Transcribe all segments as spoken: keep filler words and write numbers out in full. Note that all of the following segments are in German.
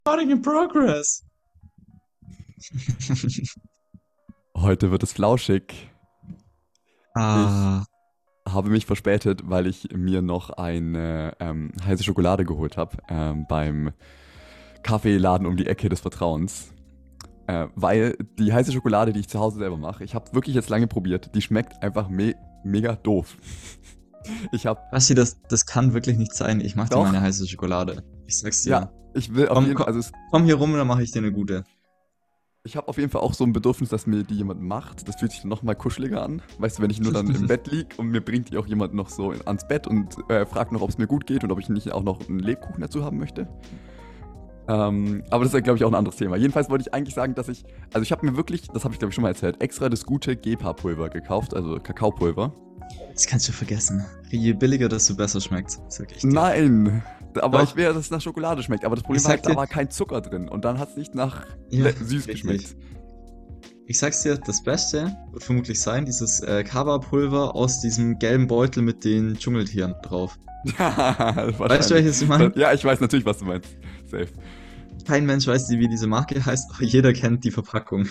Recording in progress. Heute wird es flauschig. Ich Ah, habe mich verspätet, weil ich mir noch eine ähm, heiße Schokolade geholt habe ähm, beim Kaffeeladen um die Ecke des Vertrauens. Äh, weil die heiße Schokolade, die ich zu Hause selber mache, ich habe wirklich jetzt lange probiert, die schmeckt einfach me mega doof. Ich habe, Basti, das, das kann wirklich nicht sein. Ich mach dir mal eine doch, heiße Schokolade. Ich sag's ja, dir. ich will auf Komm, jeden Fall, komm, also es, komm hier rum und dann mache ich dir eine gute. ich habe auf jeden Fall auch so ein Bedürfnis, dass mir die jemand macht. Das fühlt sich dann noch mal kuscheliger an. Weißt du, wenn ich nur dann im Bett lieg und mir bringt die auch jemand noch so in- ans Bett und äh, fragt noch, ob es mir gut geht und ob ich nicht auch noch einen Lebkuchen dazu haben möchte. Ähm, aber das ist ja, glaube ich, auch ein anderes Thema. Jedenfalls wollte ich eigentlich sagen, dass ich, also ich habe mir wirklich, das habe ich glaube ich schon mal erzählt, extra das gute Gepa-Pulver gekauft, also Kakaopulver. Das kannst du vergessen. Je billiger, desto besser schmeckt, sag ich dir. Nein! Aber ich Doch, will ja, dass es nach Schokolade schmeckt. Aber das ich Problem war sag halt, da dir, war kein Zucker drin. Und dann hat es nicht nach ja, le- süß richtig. geschmeckt. Ich sag's dir, das Beste wird vermutlich sein, dieses äh, Kaba-Pulver aus diesem gelben Beutel mit den Dschungeltieren drauf. Ja, Weißt du, wahrscheinlich. welches ich meine? Ja, ich weiß natürlich, was du meinst. Safe. Kein Mensch weiß, wie diese Marke heißt, aber jeder kennt die Verpackung.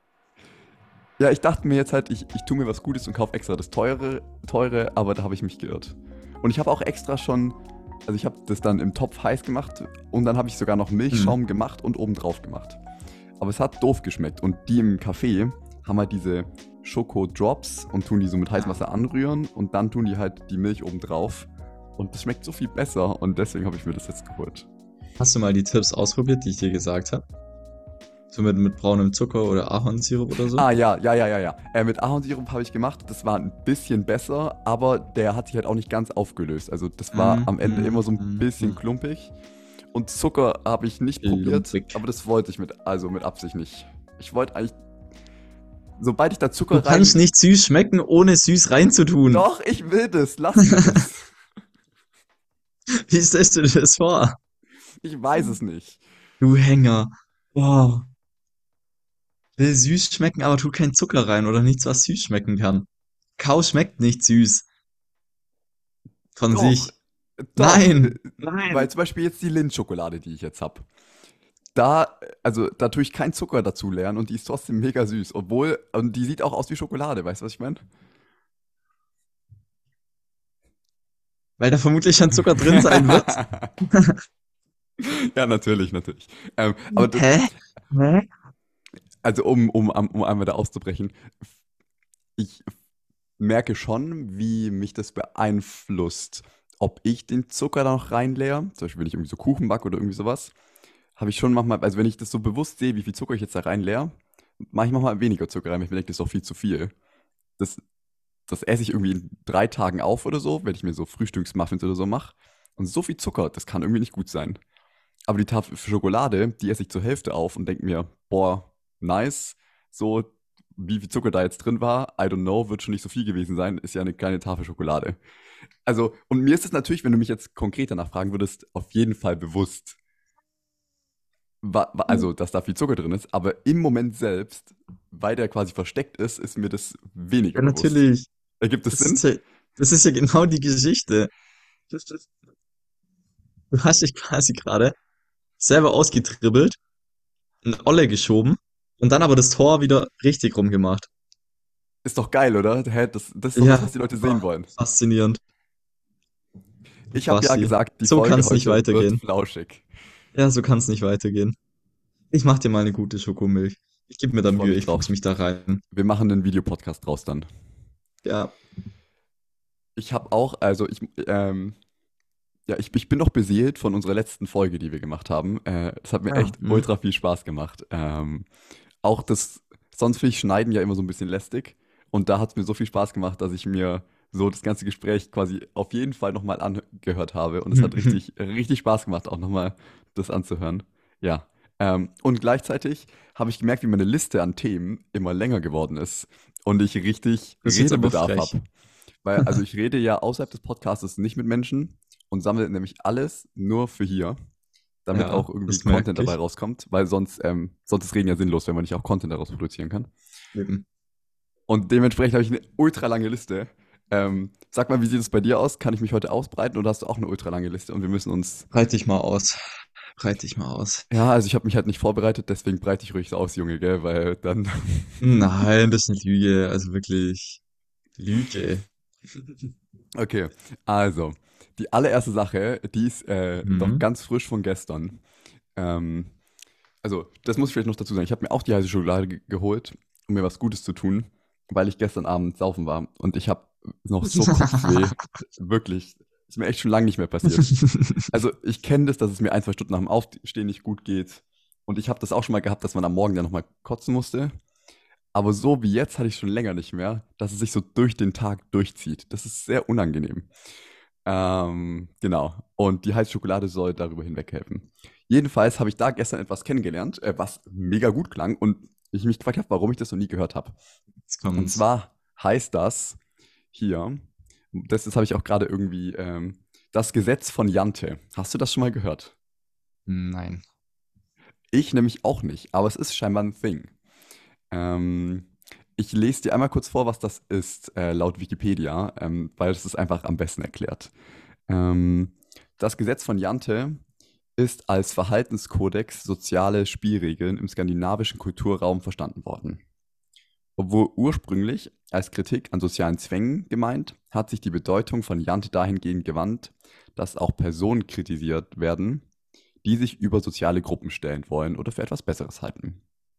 Ja, ich dachte mir jetzt halt, ich, ich tue mir was Gutes und kaufe extra das teure, teure, aber da habe ich mich geirrt. Und ich habe auch extra schon, also ich habe das dann im Topf heiß gemacht und dann habe ich sogar noch Hm. Milchschaum gemacht und obendrauf gemacht. Aber es hat doof geschmeckt. Und die im Café haben halt diese Schoko-Drops und tun die so mit heißem Wasser anrühren und dann tun die halt die Milch obendrauf. Und das schmeckt so viel besser und deswegen habe ich mir das jetzt geholt. Hast du mal die Tipps ausprobiert, die ich dir gesagt habe? So mit, mit braunem Zucker oder Ahornsirup oder so? Ah, ja, ja, ja, ja, ja. Äh, mit Ahornsirup habe ich gemacht. Das war ein bisschen besser, aber der hat sich halt auch nicht ganz aufgelöst. Also das war Mm, am Ende mm, immer so ein mm, bisschen mm. klumpig. Und Zucker habe ich nicht probiert, Lumpig. aber das wollte ich mit, also mit Absicht nicht. Ich wollte eigentlich, sobald ich da Du Zucker kannst rein... nicht süß schmecken, ohne süß reinzutun. Doch, ich will das. Lass mir das. Wie stellst du dir das vor? Ich weiß es nicht. Du Hänger. Boah. Will süß schmecken, aber tut kein Zucker rein oder nichts, was süß schmecken kann. Kakao schmeckt nicht süß von Doch, sich. doch. Äh, Nein. Weil Nein. zum Beispiel jetzt die Lindt-Schokolade, die ich jetzt habe. Da, also da tue ich keinen Zucker dazu lernen und die ist trotzdem mega süß. Obwohl, und die sieht auch aus wie Schokolade, weißt du, was ich meine? Weil da vermutlich schon Zucker drin sein wird. Ja, natürlich, natürlich. Ähm, aber das, Hä? Hä? also um, um, um einmal da auszubrechen, ich merke schon, wie mich das beeinflusst, ob ich den Zucker da noch reinleere, zum Beispiel wenn ich irgendwie so Kuchen backe oder irgendwie sowas, habe ich schon manchmal, also wenn ich das so bewusst sehe, wie viel Zucker ich jetzt da reinleere, mache ich manchmal weniger Zucker rein, weil ich mir denke, das ist doch viel zu viel. Das, das esse ich irgendwie in drei Tagen auf oder so, wenn ich mir so Frühstücksmuffins oder so mache. Und so viel Zucker, das kann irgendwie nicht gut sein. Aber die Tafel Schokolade, die esse ich zur Hälfte auf und denke mir, boah, nice. So, wie viel Zucker da jetzt drin war, I don't know, wird schon nicht so viel gewesen sein, ist ja eine kleine Tafel Schokolade. Also, und mir ist es natürlich, wenn du mich jetzt konkret danach fragen würdest, auf jeden Fall bewusst, wa- wa- also, dass da viel Zucker drin ist, aber im Moment selbst, weil der quasi versteckt ist, ist mir das Ja, weniger bewusst. natürlich. Ergibt es Das ist Sinn? ja, das ist ja genau die Geschichte. Das ist- Du hast dich quasi gerade selber ausgetribbelt, in Olle geschoben und dann aber das Tor wieder richtig rumgemacht. Ist doch geil, oder? Hä, das, das ist doch das, was Ja, die Leute sehen ah, wollen. faszinierend. Ich habe ja Basti. gesagt, die So Folge kann's nicht heute wird weitergehen. flauschig. Ja, so kann's nicht weitergehen. Ich mach dir mal eine gute Schokomilch. Ich gebe mir da Ich freue Mühe, mich ich fuchs drauf. mich da rein. Wir machen einen Videopodcast draus dann. Ja. Ich habe auch, also ich, ähm, ja, ich, ich bin noch beseelt von unserer letzten Folge, die wir gemacht haben. Äh, das hat mir Ja. echt Hm. ultra viel Spaß gemacht. Ähm, auch das, sonst finde ich Schneiden ja immer so ein bisschen lästig. Und da hat es mir so viel Spaß gemacht, dass ich mir so das ganze Gespräch quasi auf jeden Fall nochmal angehört habe. Und es hat richtig, richtig Spaß gemacht, auch nochmal das anzuhören. Ja. Ähm, und gleichzeitig habe ich gemerkt, wie meine Liste an Themen immer länger geworden ist und ich richtig Das ist jetzt aber Redebedarf frech. habe. Weil, also ich rede ja außerhalb des Podcasts nicht mit Menschen und sammle nämlich alles nur für hier, damit Ja, auch irgendwie das Content merke dabei ich. rauskommt, weil sonst, ähm, sonst ist Reden ja sinnlos, wenn man nicht auch Content daraus produzieren kann. Eben. Und dementsprechend habe ich eine ultra lange Liste. Ähm, sag mal, wie sieht es bei dir aus? Kann ich mich heute ausbreiten oder hast du auch eine ultra lange Liste und wir müssen uns. Halt dich mal aus. Breite dich mal aus. Ja, also ich habe mich halt nicht vorbereitet, deswegen breite ich ruhig so aus, Junge, gell, weil dann. Nein, das ist eine Lüge. Also wirklich Lüge. Okay, also, die allererste Sache, die ist äh, doch Mhm. ganz frisch von gestern. Ähm, also, das muss ich vielleicht noch dazu sagen. Ich habe mir auch die heiße Schokolade ge geholt, um mir was Gutes zu tun, weil ich gestern Abend saufen war. Und ich habe noch so Kopfweh. Wirklich. Ist mir echt schon lange nicht mehr passiert. Also, ich kenne das, dass es mir ein, zwei Stunden nach dem Aufstehen nicht gut geht. Und ich habe das auch schon mal gehabt, dass man am Morgen dann nochmal kotzen musste. Aber so wie jetzt hatte ich schon länger nicht mehr, dass es sich so durch den Tag durchzieht. Das ist sehr unangenehm. Ähm, genau. Und die heiße Schokolade soll darüber hinweghelfen. Jedenfalls habe ich da gestern etwas kennengelernt, äh, was mega gut klang und ich mich gefragt habe, warum ich das noch nie gehört habe. Jetzt Und kommt's. zwar heißt das hier, das, das habe ich auch gerade irgendwie, ähm, das Gesetz von Jante. Hast du das schon mal gehört? Nein. Ich nämlich auch nicht, aber es ist scheinbar ein Thing. Ähm, ich lese dir einmal kurz vor, was das ist, äh, laut Wikipedia, ähm, weil es ist einfach am besten erklärt. Ähm, das Gesetz von Jante ist als Verhaltenskodex soziale Spielregeln im skandinavischen Kulturraum verstanden worden. Obwohl ursprünglich als Kritik an sozialen Zwängen gemeint, hat sich die Bedeutung von Jante dahingehend gewandt, dass auch Personen kritisiert werden, die sich über soziale Gruppen stellen wollen oder für etwas Besseres halten.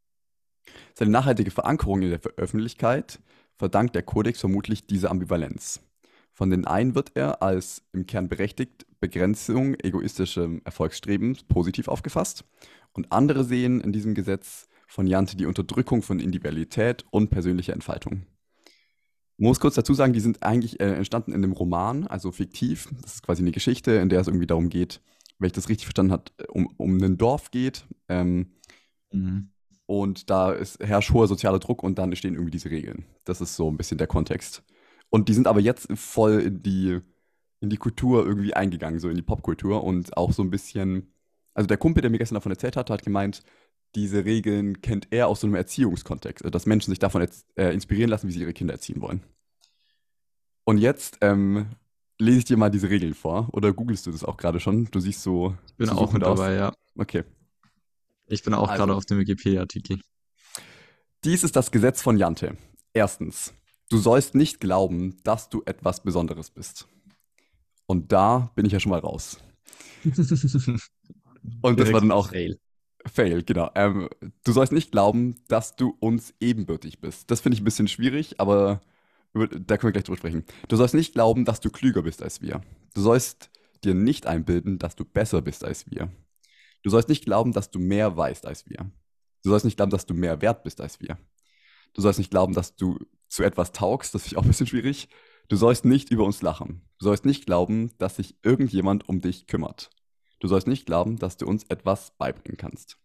Seine nachhaltige Verankerung in der Öffentlichkeit verdankt der Kodex vermutlich dieser Ambivalenz. Von den einen wird er als im Kern berechtigt Begrenzung egoistischen Erfolgsstrebens positiv aufgefasst und andere sehen in diesem Gesetz von Jante die Unterdrückung von Individualität und persönlicher Entfaltung. Ich muss kurz dazu sagen, die sind eigentlich äh, entstanden in einem Roman, also fiktiv. Das ist quasi eine Geschichte, in der es irgendwie darum geht, wenn ich das richtig verstanden habe, um, um ein Dorf geht. Ähm, Mhm. und da ist, herrscht hoher sozialer Druck und dann entstehen irgendwie diese Regeln. Das ist so ein bisschen der Kontext. Und die sind aber jetzt voll in die, in die Kultur irgendwie eingegangen, so in die Popkultur und auch so ein bisschen. Also der Kumpel, der mir gestern davon erzählt hat, hat gemeint, diese Regeln kennt er aus so einem Erziehungskontext, also dass Menschen sich davon erz- äh, inspirieren lassen, wie sie ihre Kinder erziehen wollen. Und jetzt ähm, lese ich dir mal diese Regeln vor. Oder googelst du das auch gerade schon? Du siehst so Ich bin zu auch suchend mit aus. dabei, ja. Okay. Ich bin auch gerade Also, auf dem Wikipedia-Artikel. dies ist das Gesetz von Jante. Erstens, du sollst nicht glauben, dass du etwas Besonderes bist. Und da bin ich ja schon mal raus. Und das war Direkt dann auch Fail. Fail, genau. Ähm, du sollst nicht glauben, dass du uns ebenbürtig bist. Das finde ich ein bisschen schwierig, aber über- da können wir gleich drüber sprechen. Du sollst nicht glauben, dass du klüger bist als wir. Du sollst dir nicht einbilden, dass du besser bist als wir. Du sollst nicht glauben, dass du mehr weißt als wir. Du sollst nicht glauben, dass du mehr wert bist als wir. Du sollst nicht glauben, dass du zu etwas taugst. Das finde ich auch ein bisschen schwierig. Du sollst nicht über uns lachen. Du sollst nicht glauben, dass sich irgendjemand um dich kümmert. Du sollst nicht glauben, dass du uns etwas beibringen kannst.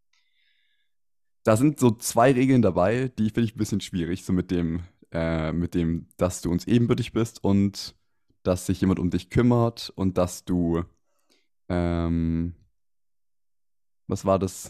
Da sind so zwei Regeln dabei, die finde ich ein bisschen schwierig, so mit dem, äh, mit dem, dass du uns ebenbürtig bist und dass sich jemand um dich kümmert und dass du, ähm, was war das?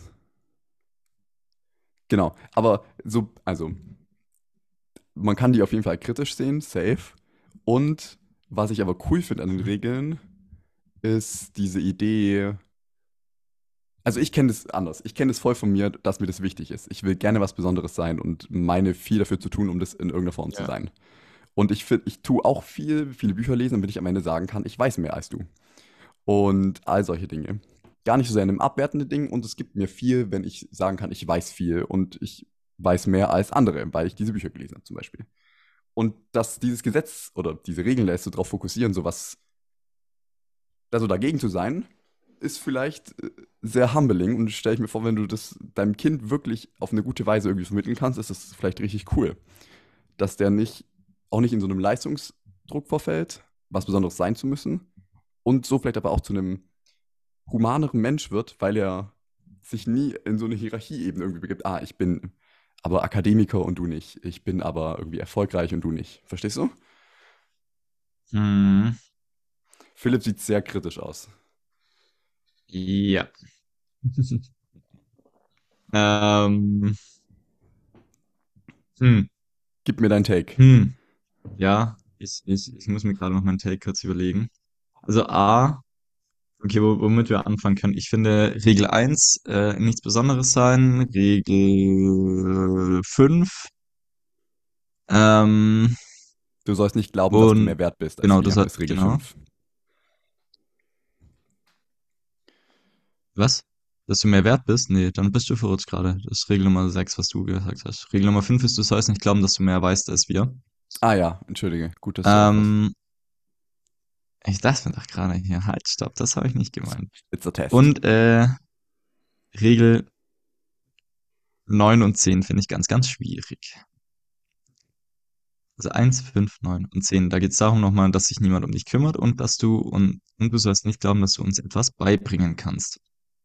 Genau, aber so, also, man kann die auf jeden Fall kritisch sehen, safe. Und was ich aber cool finde an den Regeln, ist diese Idee. Also ich kenne das anders. Ich kenne das voll von mir, dass mir das wichtig ist. Ich will gerne was Besonderes sein und meine viel dafür zu tun, um das in irgendeiner Form zu Ja. sein. Und ich finde, ich tue auch viel, viele Bücher lesen, damit ich am Ende sagen kann, ich weiß mehr als du. Und all solche Dinge. Gar nicht so sehr in einem abwertenden Ding und es gibt mir viel, wenn ich sagen kann, ich weiß viel und ich weiß mehr als andere, weil ich diese Bücher gelesen habe zum Beispiel. Und dass dieses Gesetz oder diese Regeln lässt so darauf fokussieren, so was, da so dagegen zu sein, ist vielleicht äh, sehr humbling und stelle ich mir vor, wenn du das deinem Kind wirklich auf eine gute Weise irgendwie vermitteln kannst, ist das vielleicht richtig cool. Dass der nicht, auch nicht in so einem Leistungsdruck verfällt, was Besonderes sein zu müssen und so vielleicht aber auch zu einem humaneren Mensch wird, weil er sich nie in so eine Hierarchieebene irgendwie begibt. Ah, ich bin aber Akademiker und du nicht. Ich bin aber irgendwie erfolgreich und du nicht. Verstehst du? Hm. Philipp sieht sehr kritisch aus. Ja. Ähm. Hm. Gib mir deinen Take. Hm. Ja, ich, ich, ich muss mir gerade noch meinen Take kurz überlegen. Also A, Okay, wo, womit wir anfangen können. Ich finde Regel eins äh, nichts Besonderes sein. Regel fünf ähm, Du sollst nicht glauben, dass du und mehr wert bist als genau, das wir, hat, ist Regel genau. fünf. Was? Dass du mehr wert bist? Nee, dann bist du verrutscht gerade. Das ist Regel Nummer sechs, was du gesagt hast. Regel Nummer fünf ist, du sollst nicht glauben, dass du mehr weißt als wir. Ah ja, entschuldige. Gut, dass du aufpasst. Ähm, ich dachte mir doch gerade hier, halt, stopp, das habe ich nicht gemeint. It's a test. Und äh, Regel neun und zehn finde ich ganz, ganz schwierig. Also eins, fünf, neun und zehn. Da geht es darum nochmal, dass sich niemand um dich kümmert und dass du und, und du sollst nicht glauben, dass du uns etwas beibringen kannst.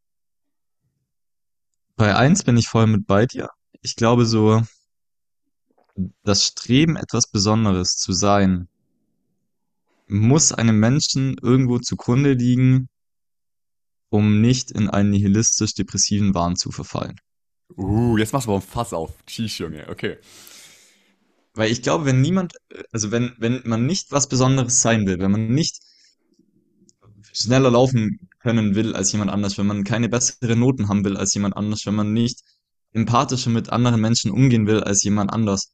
Bei eins bin ich voll mit bei dir. Ich glaube so, das Streben, etwas Besonderes zu sein, muss einem Menschen irgendwo zugrunde liegen, um nicht in einen nihilistisch-depressiven Wahn zu verfallen. Uh, jetzt machst du aber ein Fass auf. Tschüss, Junge. Okay. Weil ich glaube, wenn niemand, äh, also wenn, wenn man nicht was Besonderes sein will, wenn man nicht schneller laufen können will als jemand anders, wenn man keine besseren Noten haben will als jemand anders, wenn man nicht empathischer mit anderen Menschen umgehen will als jemand anders,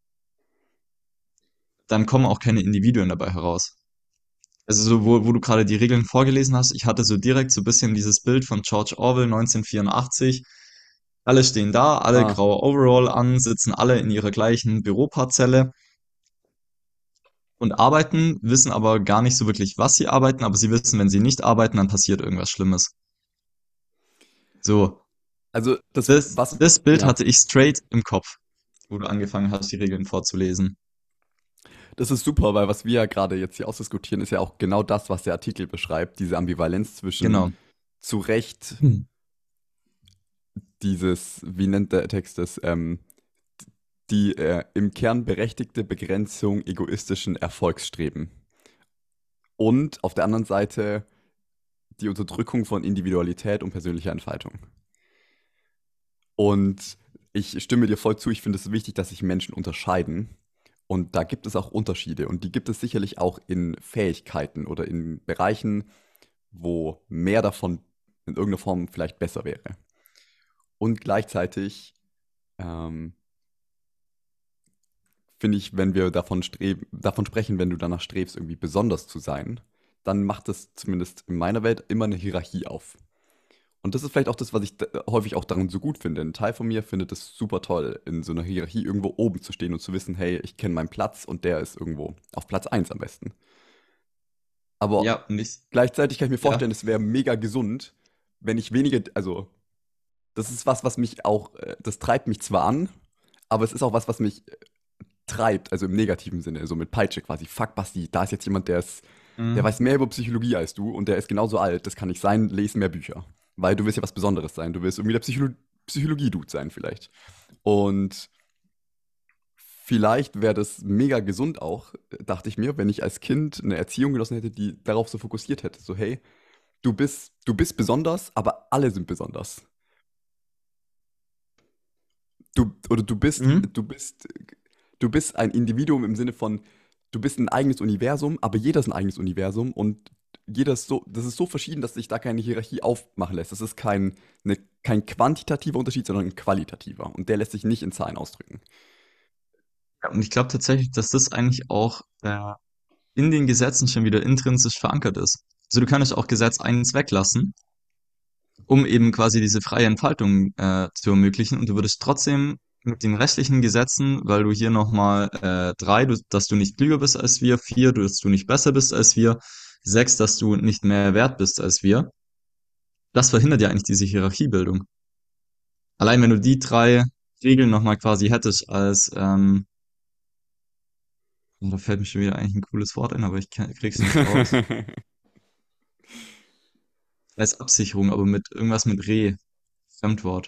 dann kommen auch keine Individuen dabei heraus. Also so, wo, wo du gerade die Regeln vorgelesen hast, ich hatte so direkt so ein bisschen dieses Bild von George Orwell neunzehnhundertvierundachtzig. Alle stehen da, alle Ah, graue Overall an, sitzen alle in ihrer gleichen Büroparzelle und arbeiten, wissen aber gar nicht so wirklich, was sie arbeiten, aber sie wissen, wenn sie nicht arbeiten, dann passiert irgendwas Schlimmes. So, also das, das, was, das Bild ja, hatte ich straight im Kopf, wo du angefangen hast, die Regeln vorzulesen. das ist super, weil was wir ja gerade jetzt hier ausdiskutieren, ist ja auch genau das, was der Artikel beschreibt, diese Ambivalenz zwischen Genau. zu Recht Hm. dieses, wie nennt der Text das, ähm, die äh, im Kern berechtigte Begrenzung egoistischen Erfolgsstreben. Und auf der anderen Seite die Unterdrückung von Individualität und persönlicher Entfaltung. Und ich stimme dir voll zu, ich finde es wichtig, dass sich Menschen unterscheiden. Und da gibt es auch Unterschiede. Und die gibt es sicherlich auch in Fähigkeiten oder in Bereichen, wo mehr davon in irgendeiner Form vielleicht besser wäre. Und gleichzeitig ähm, finde ich, wenn wir davon, streben, davon sprechen, wenn du danach strebst, irgendwie besonders zu sein, dann macht es zumindest in meiner Welt immer eine Hierarchie auf. Und das ist vielleicht auch das, was ich da- häufig auch daran so gut finde. Ein Teil von mir findet es super toll, in so einer Hierarchie irgendwo oben zu stehen und zu wissen, hey, ich kenne meinen Platz und der ist irgendwo auf Platz eins am besten. Aber Ja, nicht. gleichzeitig kann ich mir Ja. vorstellen, es wäre mega gesund, wenn ich weniger, also das ist was, was mich auch, äh, das treibt mich zwar an, aber es ist auch was, was mich äh, treibt, also im negativen Sinne, so mit Peitsche quasi. Fuck, Basti, da ist jetzt jemand, der ist, der Mhm. weiß mehr über Psychologie als du und der ist genauso alt, das kann nicht sein, lese mehr Bücher. Weil du willst ja was Besonderes sein, du willst irgendwie der Psycholo Psychologie-Dude sein vielleicht. Und vielleicht wäre das mega gesund auch, äh, dachte ich mir, wenn ich als Kind eine Erziehung genossen hätte, die darauf so fokussiert hätte. So, hey, du bist, du bist besonders, aber alle sind besonders. Du, oder du bist, Mhm. du bist, du bist ein Individuum im Sinne von, du bist ein eigenes Universum, aber jeder ist ein eigenes Universum und jeder ist so, das ist so verschieden, dass sich da keine Hierarchie aufmachen lässt. Das ist kein, ne, kein quantitativer Unterschied, sondern ein qualitativer. Und der lässt sich nicht in Zahlen ausdrücken. Ja, und ich glaube tatsächlich, dass das eigentlich auch äh, in den Gesetzen schon wieder intrinsisch verankert ist. Also du könntest auch Gesetz eins weglassen, um eben quasi diese freie Entfaltung äh, zu ermöglichen. Und du würdest trotzdem mit den restlichen Gesetzen, weil du hier nochmal äh, drei, du, dass du nicht klüger bist als wir, vier, dass du nicht besser bist als wir, sechs, dass du nicht mehr wert bist als wir, das verhindert ja eigentlich diese Hierarchiebildung. Allein wenn du die drei Regeln nochmal quasi hättest als, ähm, oh, da fällt mir schon wieder eigentlich ein cooles Wort ein, aber ich kann- krieg's nicht raus. Als Absicherung, aber mit irgendwas mit Re, Fremdwort.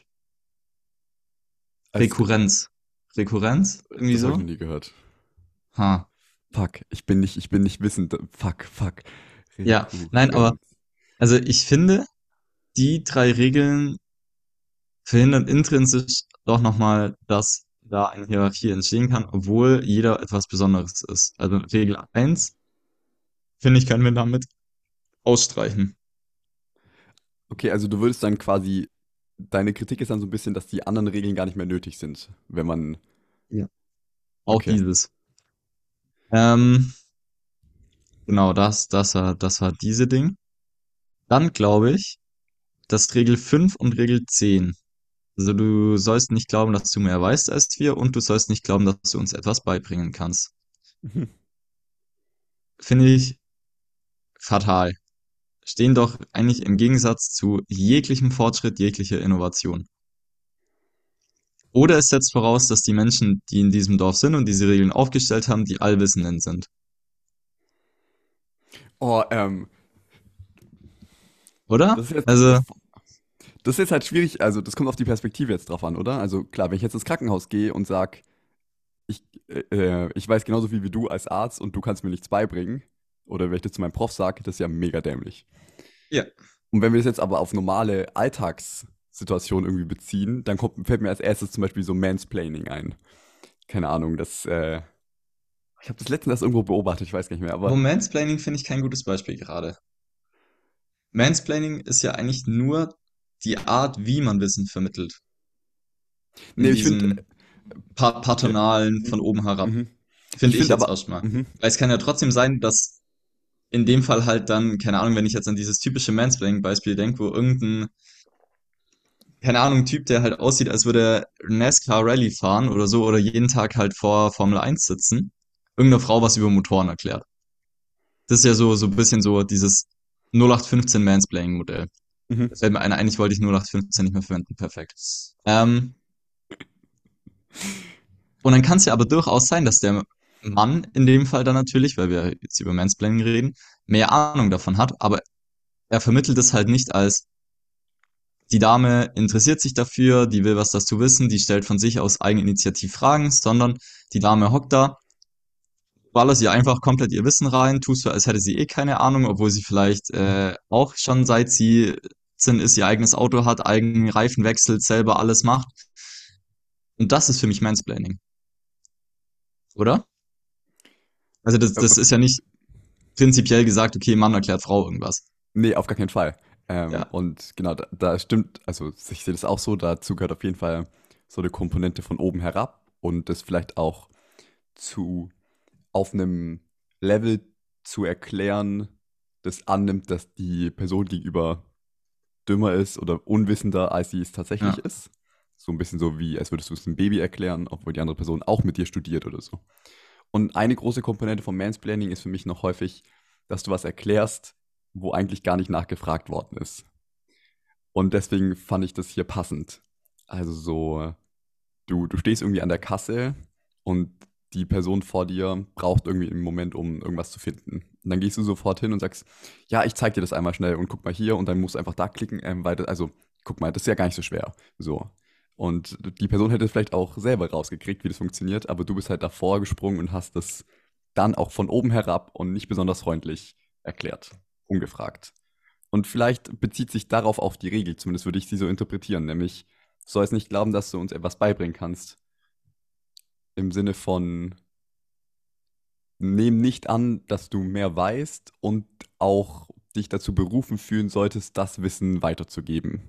Als, Rekurrenz. Rekurrenz? Irgendwie das habe ich so? noch nie gehört. Ha. Fuck, ich bin nicht, ich bin nicht wissend. Fuck, fuck. Ja, nein, aber Rekurrenz. also ich finde, die drei Regeln verhindern intrinsisch doch nochmal, dass da eine Hierarchie entstehen kann, obwohl jeder etwas Besonderes ist. Also Regel eins finde ich, können wir damit ausstreichen. Okay, also du würdest dann quasi, deine Kritik ist dann so ein bisschen, dass die anderen Regeln gar nicht mehr nötig sind, wenn man, Ja. Auch okay. dieses. Ähm, genau, das, das war, das war diese Ding. Dann glaube ich, dass Regel fünf und Regel zehn. Also du sollst nicht glauben, dass du mehr weißt als wir und du sollst nicht glauben, dass du uns etwas beibringen kannst. Mhm. Finde ich fatal. Stehen doch eigentlich im Gegensatz zu jeglichem Fortschritt, jeglicher Innovation. Oder es setzt voraus, dass die Menschen, die in diesem Dorf sind und diese Regeln aufgestellt haben, die Allwissenden sind. Oh, ähm, Oder? das ist jetzt, Also, das ist jetzt halt schwierig, also das kommt auf die Perspektive jetzt drauf an, oder? Also klar, wenn ich jetzt ins Krankenhaus gehe und sag, ich, äh, äh, ich weiß genauso viel wie du als Arzt und du kannst mir nichts beibringen, oder wenn ich das zu meinem Prof sage, das ist ja mega dämlich. ja. Und wenn wir das jetzt aber auf normale Alltagssituationen irgendwie beziehen, dann kommt, fällt mir als erstes zum Beispiel so Mansplaining ein. Keine Ahnung, das, äh, ich habe das letztens erst irgendwo beobachtet, ich weiß gar nicht mehr, Aber aber Mansplaining finde ich kein gutes Beispiel gerade. Mansplaining ist ja eigentlich nur die Art, wie man Wissen vermittelt. In nee, ich finde, diesem pa ja, paternalen von oben herab. mhm. Ich Finde ich finde jetzt aber, erstmal. mhm. Weil es kann ja trotzdem sein, dass in dem Fall halt dann, keine Ahnung, wenn ich jetzt an dieses typische Mansplaining-Beispiel denke, wo irgendein, keine Ahnung, Typ, der halt aussieht, als würde er NASCAR Rallye fahren oder so, oder jeden Tag halt vor Formel eins sitzen, irgendeiner Frau was über Motoren erklärt. Das ist ja so, so ein bisschen so dieses null acht fünfzehn Mansplaining-Modell. Mhm. Das fällt mir ein, eigentlich wollte ich null acht fünfzehn nicht mehr verwenden, perfekt. Ähm, und dann kann es ja aber durchaus sein, dass der Mann in dem Fall dann natürlich, weil wir jetzt über Mansplaining reden, mehr Ahnung davon hat, aber er vermittelt es halt nicht als, die Dame interessiert sich dafür, die will was dazu wissen, die stellt von sich aus Eigeninitiativ Fragen, sondern die Dame hockt da, ballert sie einfach komplett ihr Wissen rein, tust so, als hätte sie eh keine Ahnung, obwohl sie vielleicht äh, auch schon seit sie zehn ist, ihr eigenes Auto hat, eigenen Reifen wechselt, selber alles macht. Und das ist für mich Mansplaining, oder? Also das, Äh, das ist ja nicht prinzipiell gesagt, okay, Mann erklärt Frau irgendwas. Nee, auf gar keinen Fall. Ähm, Ja, und genau, da, da stimmt, also ich sehe das auch so, dazu gehört auf jeden Fall so eine Komponente von oben herab und das vielleicht auch zu auf einem Level zu erklären, das annimmt, dass die Person gegenüber dümmer ist oder unwissender, als sie es tatsächlich ja, ist. So ein bisschen so wie, als würdest du es einem Baby erklären, obwohl die andere Person auch mit dir studiert oder so. Und eine große Komponente von Mansplaining ist für mich noch häufig, dass du was erklärst, wo eigentlich gar nicht nachgefragt worden ist. Und deswegen fand ich das hier passend. Also so, du, du stehst irgendwie an der Kasse und die Person vor dir braucht irgendwie einen Moment, um irgendwas zu finden. Und dann gehst du sofort hin und sagst, ja, ich zeig dir das einmal schnell und guck mal hier und dann musst du einfach da klicken, ähm, weil das, also guck mal, das ist ja gar nicht so schwer. So. Und die Person hätte vielleicht auch selber rausgekriegt, wie das funktioniert, aber du bist halt davor gesprungen und hast das dann auch von oben herab und nicht besonders freundlich erklärt, ungefragt. Und vielleicht bezieht sich darauf auch die Regel, zumindest würde ich sie so interpretieren, nämlich du sollst nicht glauben, dass du uns etwas beibringen kannst. Im Sinne von, nehm nicht an, dass du mehr weißt und auch dich dazu berufen fühlen solltest, das Wissen weiterzugeben.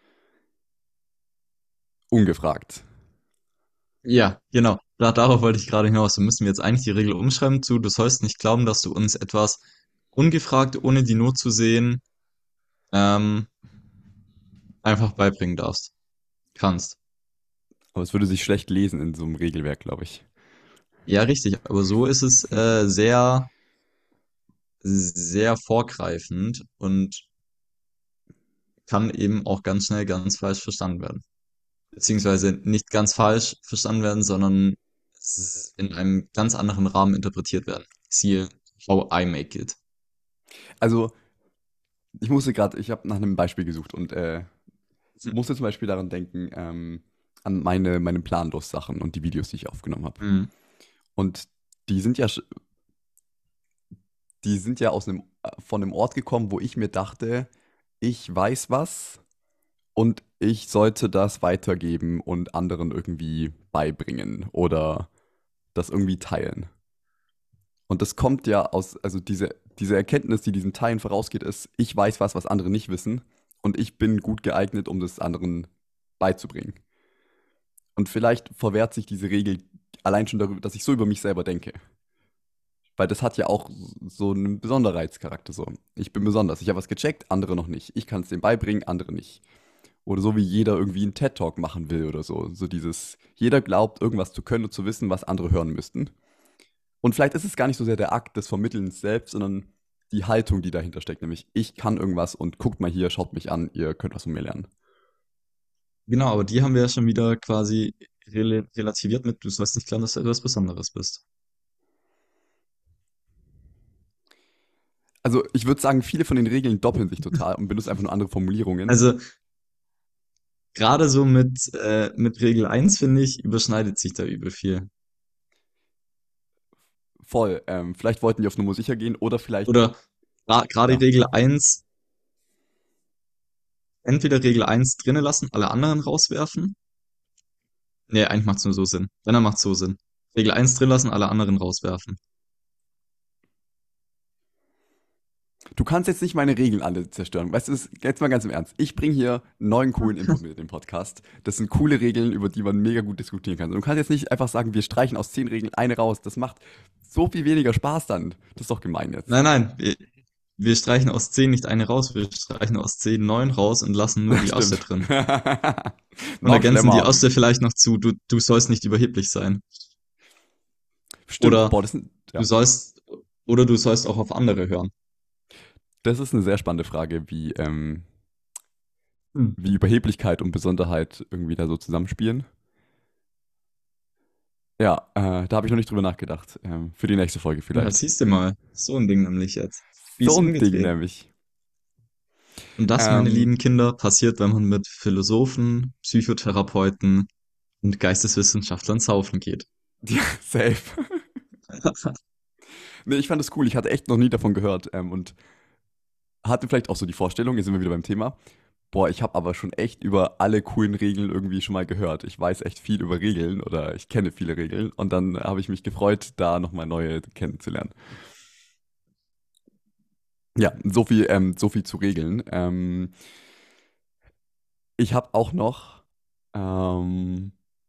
Ungefragt. ja, genau. Da, darauf wollte ich gerade hinaus. Da müssen wir jetzt eigentlich die Regel umschreiben zu, du sollst nicht glauben, dass du uns etwas ungefragt, ohne die Not zu sehen, ähm, einfach beibringen darfst. Kannst. Aber es würde sich schlecht lesen in so einem Regelwerk, glaube ich. Ja, richtig. Aber so ist es äh, sehr, sehr vorgreifend und kann eben auch ganz schnell ganz falsch verstanden werden. Beziehungsweise nicht ganz falsch verstanden werden, sondern s- in einem ganz anderen Rahmen interpretiert werden. Siehe How I Make It. Also, ich musste gerade, ich habe nach einem Beispiel gesucht und äh, Hm. musste zum Beispiel daran denken, ähm, an meine, meine Planlos-Sachen und die Videos, die ich aufgenommen habe. Mhm. Und die sind ja, sch- die sind ja aus einem, äh, von einem Ort gekommen, wo ich mir dachte, ich weiß was und ich sollte das weitergeben und anderen irgendwie beibringen oder das irgendwie teilen. Und das kommt ja aus, also diese, diese Erkenntnis, die diesen Teilen vorausgeht, ist, ich weiß was, was andere nicht wissen. und ich bin gut geeignet, um das anderen beizubringen. Und vielleicht verwehrt sich diese Regel allein schon darüber, dass ich so über mich selber denke. Weil das hat ja auch so einen Besonderheitscharakter. So. Ich bin besonders. Ich habe was gecheckt, andere noch nicht. Ich kann es denen beibringen, andere nicht. Oder so wie jeder irgendwie einen TED-Talk machen will oder so. So dieses, jeder glaubt, irgendwas zu können und zu wissen, was andere hören müssten. Und vielleicht ist es gar nicht so sehr der Akt des Vermittelns selbst, sondern die Haltung, die dahinter steckt. Nämlich, ich kann irgendwas und guckt mal hier, schaut mich an, ihr könnt was von mir lernen. Genau, aber die haben wir ja schon wieder quasi rel relativiert mit, du sollst nicht glauben, dass du etwas Besonderes bist. Also ich würde sagen, viele von den Regeln doppeln sich total und benutzen einfach nur andere Formulierungen. Also gerade so mit, äh, mit Regel eins finde ich, überschneidet sich da übel viel. Voll. Ähm, vielleicht wollten die auf Nummer sicher gehen oder vielleicht, Oder gra- gerade ja, Regel eins, entweder Regel eins drinnen lassen, alle anderen rauswerfen. Nee, eigentlich macht's nur so Sinn. Wenn, dann macht's so Sinn. Regel eins drin lassen, alle anderen rauswerfen. du kannst jetzt nicht meine Regeln alle zerstören. Weißt du, das- jetzt mal ganz im Ernst. Ich bringe hier neuen coolen Input mit in den Podcast. Das sind coole Regeln, über die man mega gut diskutieren kann. Du kannst jetzt nicht einfach sagen, wir streichen aus zehn Regeln eine raus. Das macht so viel weniger Spaß dann. Das ist doch gemein jetzt. Nein, nein, wir, wir streichen aus zehn nicht eine raus, wir streichen aus zehn neun raus und lassen nur die Auster Stimmt. drin. Und Noch ergänzen die schlimmer. Auster vielleicht noch zu, du, du sollst nicht überheblich sein. Stimmt. Oder Boah, das, ist- du ja. sollst, oder du sollst auch auf andere hören. Das ist eine sehr spannende Frage, wie, ähm, Hm. wie Überheblichkeit und Besonderheit irgendwie da so zusammenspielen. Ja, äh, da habe ich noch nicht drüber nachgedacht. Ähm, für die nächste Folge Ja, vielleicht. siehst du mal. So ein Ding nämlich jetzt. Wie So es ein Ding umgedreht. nämlich. Und das, meine Ähm, lieben Kinder, passiert, wenn man mit Philosophen, Psychotherapeuten und Geisteswissenschaftlern saufen geht. ja, safe. Nee, ich fand es cool. Ich hatte echt noch nie davon gehört. Ähm, und hatte vielleicht auch so die Vorstellung, jetzt sind wir wieder beim Thema. Boah, ich habe aber schon echt über alle coolen Regeln irgendwie schon mal gehört. Ich weiß echt viel über Regeln oder ich kenne viele Regeln. Und dann habe ich mich gefreut, da nochmal neue kennenzulernen. Ja, so viel, ähm, so viel zu Regeln. Ähm, ich habe auch noch, ähm,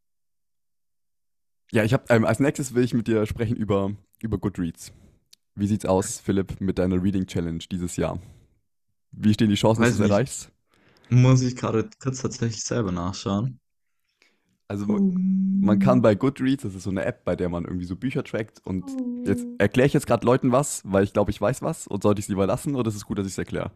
ja, ich habe, ähm, als nächstes will ich mit dir sprechen über, über Goodreads. Wie sieht's aus, Philipp, mit deiner Reading Challenge dieses Jahr? Wie stehen die Chancen, dass du Weiß es nicht, erreichst? muss ich gerade kurz tatsächlich selber nachschauen. Also man, man kann Um, bei Goodreads, das ist so eine App, bei der man irgendwie so Bücher trackt und jetzt erkläre ich jetzt gerade Leuten was, weil ich glaube, ich weiß was und sollte ich es lieber lassen oder ist es gut, dass ich es erkläre?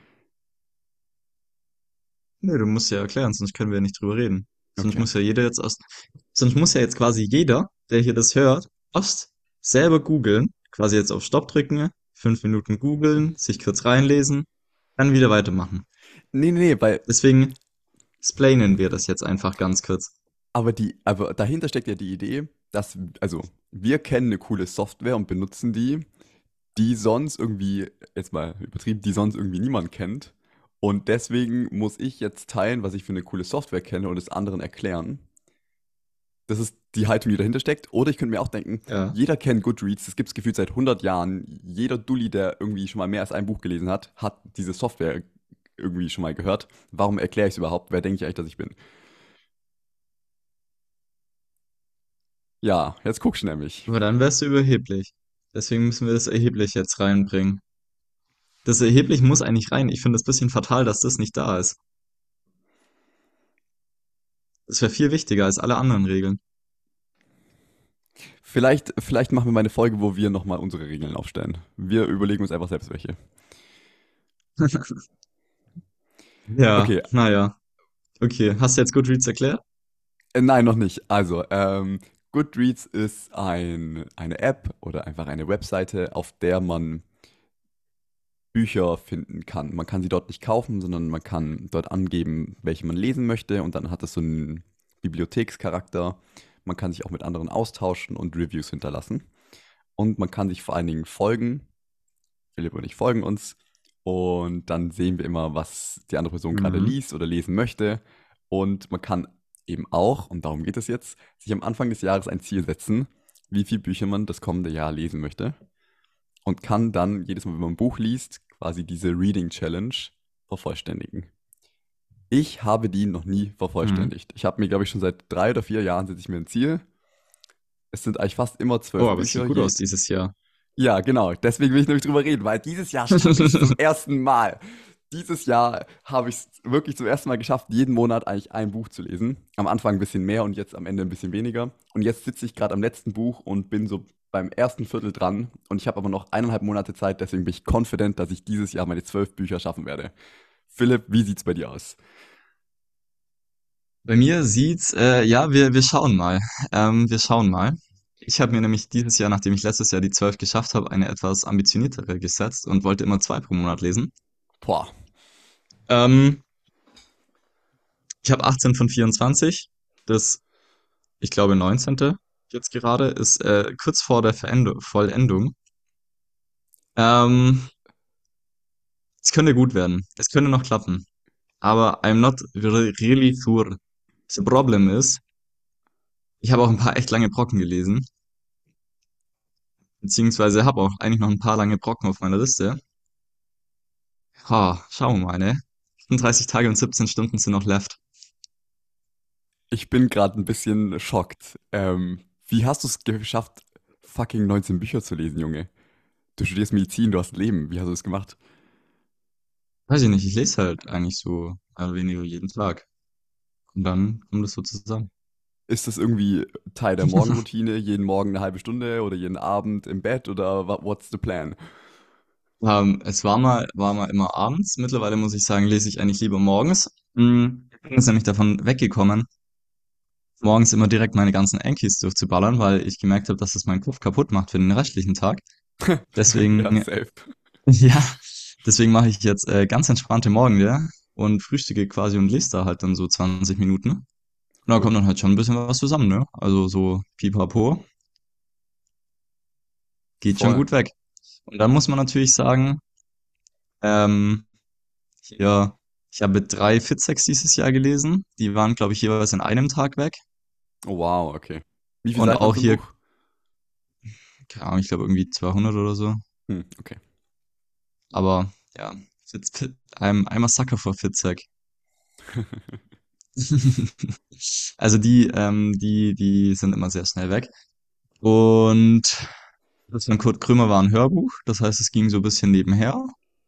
nee, du musst ja erklären, sonst können wir ja nicht drüber reden. Sonst Okay. muss ja jeder jetzt aus, sonst muss ja jetzt quasi jeder, der hier das hört, erst selber googeln, quasi jetzt auf Stopp drücken, fünf Minuten googeln, sich kurz reinlesen, dann wieder weitermachen. Nee, nee, nee, weil, Deswegen explainen wir das jetzt einfach ganz kurz. aber die, aber dahinter steckt ja die Idee, dass, also, wir kennen eine coole Software und benutzen die, die sonst irgendwie, jetzt mal übertrieben, die sonst irgendwie niemand kennt. Und deswegen muss ich jetzt teilen, was ich für eine coole Software kenne und es anderen erklären. Das ist die Haltung, die dahinter steckt. Oder ich könnte mir auch denken, Ja. jeder kennt Goodreads, das gibt es gefühlt seit hundert Jahren. Jeder Dulli, der irgendwie schon mal mehr als ein Buch gelesen hat, hat diese Software irgendwie schon mal gehört. Warum erkläre ich es überhaupt? Wer denke ich eigentlich, dass ich bin? Ja, jetzt guckst du nämlich. Aber dann wärst du überheblich. Deswegen müssen wir das erheblich jetzt reinbringen. Das erheblich muss eigentlich rein. Ich finde es ein bisschen fatal, dass das nicht da ist. Das wäre viel wichtiger als alle anderen Regeln. Vielleicht, vielleicht machen wir mal eine Folge, wo wir nochmal unsere Regeln aufstellen. Wir überlegen uns einfach selbst welche. Ja, Okay, naja. Okay, hast du jetzt Goodreads erklärt? äh, nein, noch nicht. Also, ähm, Goodreads ist ein, eine App oder einfach eine Webseite, auf der man Bücher finden kann. Man kann sie dort nicht kaufen, sondern man kann dort angeben, welche man lesen möchte und dann hat es so einen Bibliothekscharakter. Man kann sich auch mit anderen austauschen und Reviews hinterlassen. Und man kann sich vor allen Dingen folgen. Philipp und ich folgen uns. Und dann sehen wir immer, was die andere Person gerade Mhm. liest oder lesen möchte. Und man kann eben auch, und darum geht es jetzt, sich am Anfang des Jahres ein Ziel setzen, wie viele Bücher man das kommende Jahr lesen möchte und kann dann jedes Mal, wenn man ein Buch liest, quasi diese Reading Challenge vervollständigen. Ich habe die noch nie Mhm. vervollständigt. Ich habe mir, glaube ich, schon seit drei oder vier Jahren setze ich mir ein Ziel. Es sind eigentlich fast immer Oh, zwölf aber es sieht Bücher. gut Je aus dieses Jahr. ja, genau. Deswegen will ich nämlich drüber reden, weil dieses Jahr schaffe ich es zum ersten Mal. Dieses Jahr habe ich es wirklich zum ersten Mal geschafft, jeden Monat eigentlich ein Buch zu lesen. Am Anfang ein bisschen mehr und jetzt am Ende ein bisschen weniger. Und jetzt sitze ich gerade am letzten Buch und bin so beim ersten Viertel dran. Und ich habe aber noch eineinhalb Monate Zeit, deswegen bin ich confident, dass ich dieses Jahr meine zwölf Bücher schaffen werde. Philipp, wie sieht's bei dir aus? Bei mir sieht's, äh, ja, wir, wir schauen mal. Ähm, wir schauen mal. Ich habe mir nämlich dieses Jahr, nachdem ich letztes Jahr die zwölf geschafft habe, eine etwas ambitioniertere gesetzt und wollte immer zwei pro Monat lesen. Boah, Ähm, Ich habe achtzehn von vierundzwanzig. Das, ich glaube, neunzehnte jetzt gerade ist äh, kurz vor der Verendo Vollendung. Ähm, Es könnte gut werden. Es könnte noch klappen. Aber I'm not re- really sure. Das Problem ist, ich habe auch ein paar echt lange Brocken gelesen. Beziehungsweise habe auch eigentlich noch ein paar lange Brocken auf meiner Liste. Ha, schauen wir mal, ne? achtunddreißig Tage und siebzehn Stunden sind noch left. ich bin gerade ein bisschen schockt. Ähm, wie hast du es geschafft, fucking neunzehn Bücher zu lesen, Junge? Du studierst Medizin, du hast ein Leben. Wie hast du das gemacht? Weiß ich nicht, ich lese halt eigentlich so mehr oder weniger jeden Tag. Und dann kommt es so zusammen. Ist das irgendwie Teil der Morgenroutine, jeden Morgen eine halbe Stunde oder jeden Abend im Bett oder wa- what's the plan? Ähm, es war mal, war mal immer abends. Mittlerweile muss ich sagen, lese ich eigentlich lieber morgens. Mm, Ich bin jetzt nämlich davon weggekommen, morgens immer direkt meine ganzen Ankies durchzuballern, weil ich gemerkt habe, dass das meinen Kopf kaputt macht für den restlichen Tag. Ja, Deswegen, safe. ja, deswegen mache ich jetzt äh, ganz entspannte Morgen, ja, und frühstücke quasi und lese da halt dann so zwanzig Minuten. Und da Cool. kommt dann halt schon ein bisschen was zusammen, ne? Also so pipapo, geht schon Voll. gut weg. Und dann muss man natürlich sagen, ähm, hier, ich habe drei Fitzeks dieses Jahr gelesen. Die waren, glaube ich, jeweils in einem Tag weg. Oh, wow, okay. Wie viele Und Seiten hat auch so ein hier, Buch? keine Ahnung, ich glaube irgendwie zweihundert oder so. Hm, okay. Aber ja, Fitz, Fit, I'm, I'm a sucker for Fitzek. Also die, ähm, die, die sind immer sehr schnell weg. Und das von Kurt Krömer war ein Hörbuch. Das heißt, es ging so ein bisschen nebenher.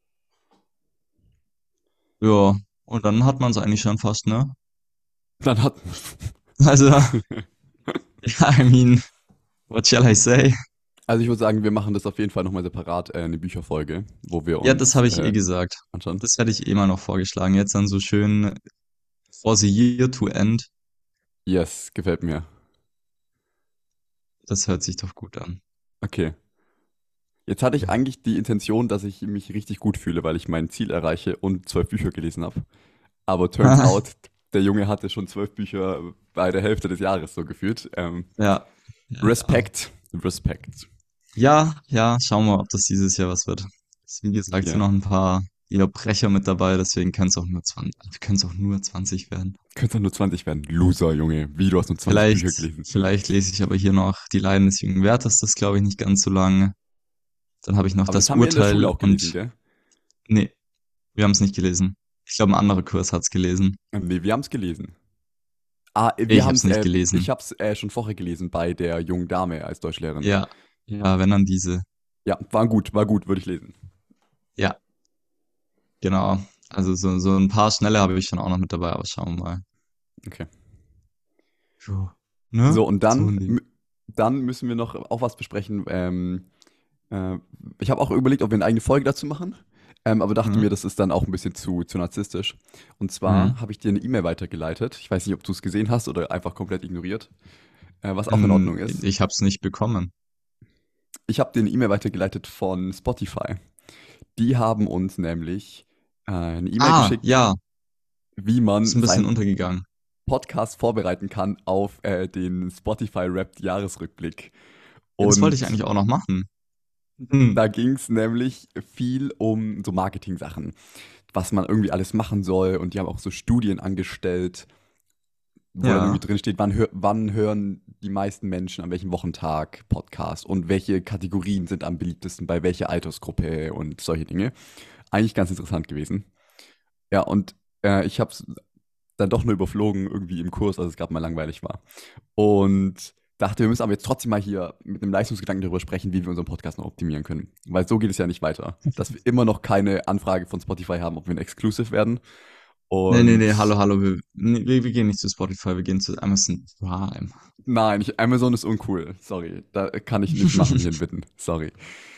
Ja, und dann hat man es eigentlich schon fast, ne? Dann hat. Also, ja, I mean, what shall I say? Also ich würde sagen, wir machen das auf jeden Fall nochmal separat, äh, eine Bücherfolge, wo wir Ja, das uns habe ich eh äh, gesagt. anschauen. Das hätte ich eh mal noch vorgeschlagen. Jetzt dann so schön for the year to end. Yes, gefällt mir. Das hört sich doch gut an. Okay. Jetzt hatte ich eigentlich die Intention, dass ich mich richtig gut fühle, weil ich mein Ziel erreiche und zwölf Bücher gelesen habe. Aber turns out, der Junge hatte schon zwölf Bücher bei der Hälfte des Jahres so gefühlt. Ähm, Ja, ja, ja. Respekt, Respekt. Ja, ja, schauen wir, ob das dieses Jahr was wird. Ist, wie gesagt, sind Ja. noch ein paar eher Brecher mit dabei, deswegen können es auch nur zwanzig, können es auch nur zwanzig werden. Könnte doch nur zwanzig werden. Loser, Junge. Wie, du hast nur zwanzig Vielleicht, Bücher gelesen. vielleicht lese ich aber hier noch Die Leiden des jungen Werthers, das glaube ich nicht ganz so lang. Dann habe ich noch Aber das das haben wir in der Urteil Schule auch gelesen, und, gell? nee, wir haben es nicht gelesen. Ich glaube, ein anderer Kurs hat es gelesen. Ähm, nee, wir haben es gelesen. Ah, wir Ich habe haben es es, nicht äh, gelesen. ich habe es äh, schon vorher gelesen bei der jungen Dame als Deutschlehrerin. Ja, ja, wenn dann diese. Ja, war gut, war gut, würde ich lesen. Ja, genau. Also so, so ein paar schnelle habe ich schon auch noch mit dabei, aber schauen wir mal. Okay. Ja. Ne? So, und So dann, ein Ding. m- dann müssen wir noch auch was besprechen. Ähm, äh, ich habe auch überlegt, ob wir eine eigene Folge dazu machen. Ähm, aber dachte mir, Mhm. das ist dann auch ein bisschen zu, zu narzisstisch. Und zwar Mhm. habe ich dir eine E-Mail weitergeleitet. Ich weiß nicht, ob du es gesehen hast oder einfach komplett ignoriert. Äh, was auch in Ähm, Ordnung ist. Ich habe es nicht bekommen. Ich habe dir eine E-Mail weitergeleitet von Spotify. Die haben uns nämlich äh, eine E-Mail Ah, geschickt, ja, wie ist man ein bisschen seinen untergegangen. Podcast vorbereiten kann auf äh, den Spotify Wrapped Jahresrückblick. Ja, das wollte ich Und eigentlich auch noch machen. Mhm. da ging es nämlich viel um so Marketing-Sachen, was man irgendwie alles machen soll. Und die haben auch so Studien angestellt, wo dann irgendwie Ja. drin steht, wann, hör wann hören die meisten Menschen an welchem Wochentag Podcast und welche Kategorien sind am beliebtesten bei welcher Altersgruppe und solche Dinge. Eigentlich ganz interessant gewesen. Ja, und äh, ich habe dann doch nur überflogen irgendwie im Kurs, als es gerade mal langweilig war. Und dachte, wir müssen aber jetzt trotzdem mal hier mit einem Leistungsgedanken darüber sprechen, wie wir unseren Podcast noch optimieren können. Weil so geht es ja nicht weiter. Dass wir immer noch keine Anfrage von Spotify haben, ob wir ein Exclusive werden. Nee, nee, nee, Und hallo, hallo. Wir, nee, wir, wir gehen nicht zu Spotify, wir gehen zu Amazon Prime. nein, ich, Amazon ist uncool. Sorry. Da kann ich nicht machen hier in Witten. Sorry.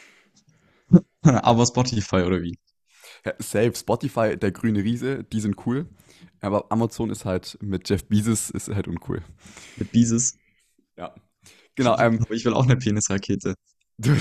Aber Spotify oder wie? Ja, safe, Spotify, der grüne Riese, die sind cool. Aber Amazon ist halt mit Jeff Bezos ist halt uncool. Mit dieses. Ja. Genau, ähm, Aber ich will auch eine Penisrakete. du,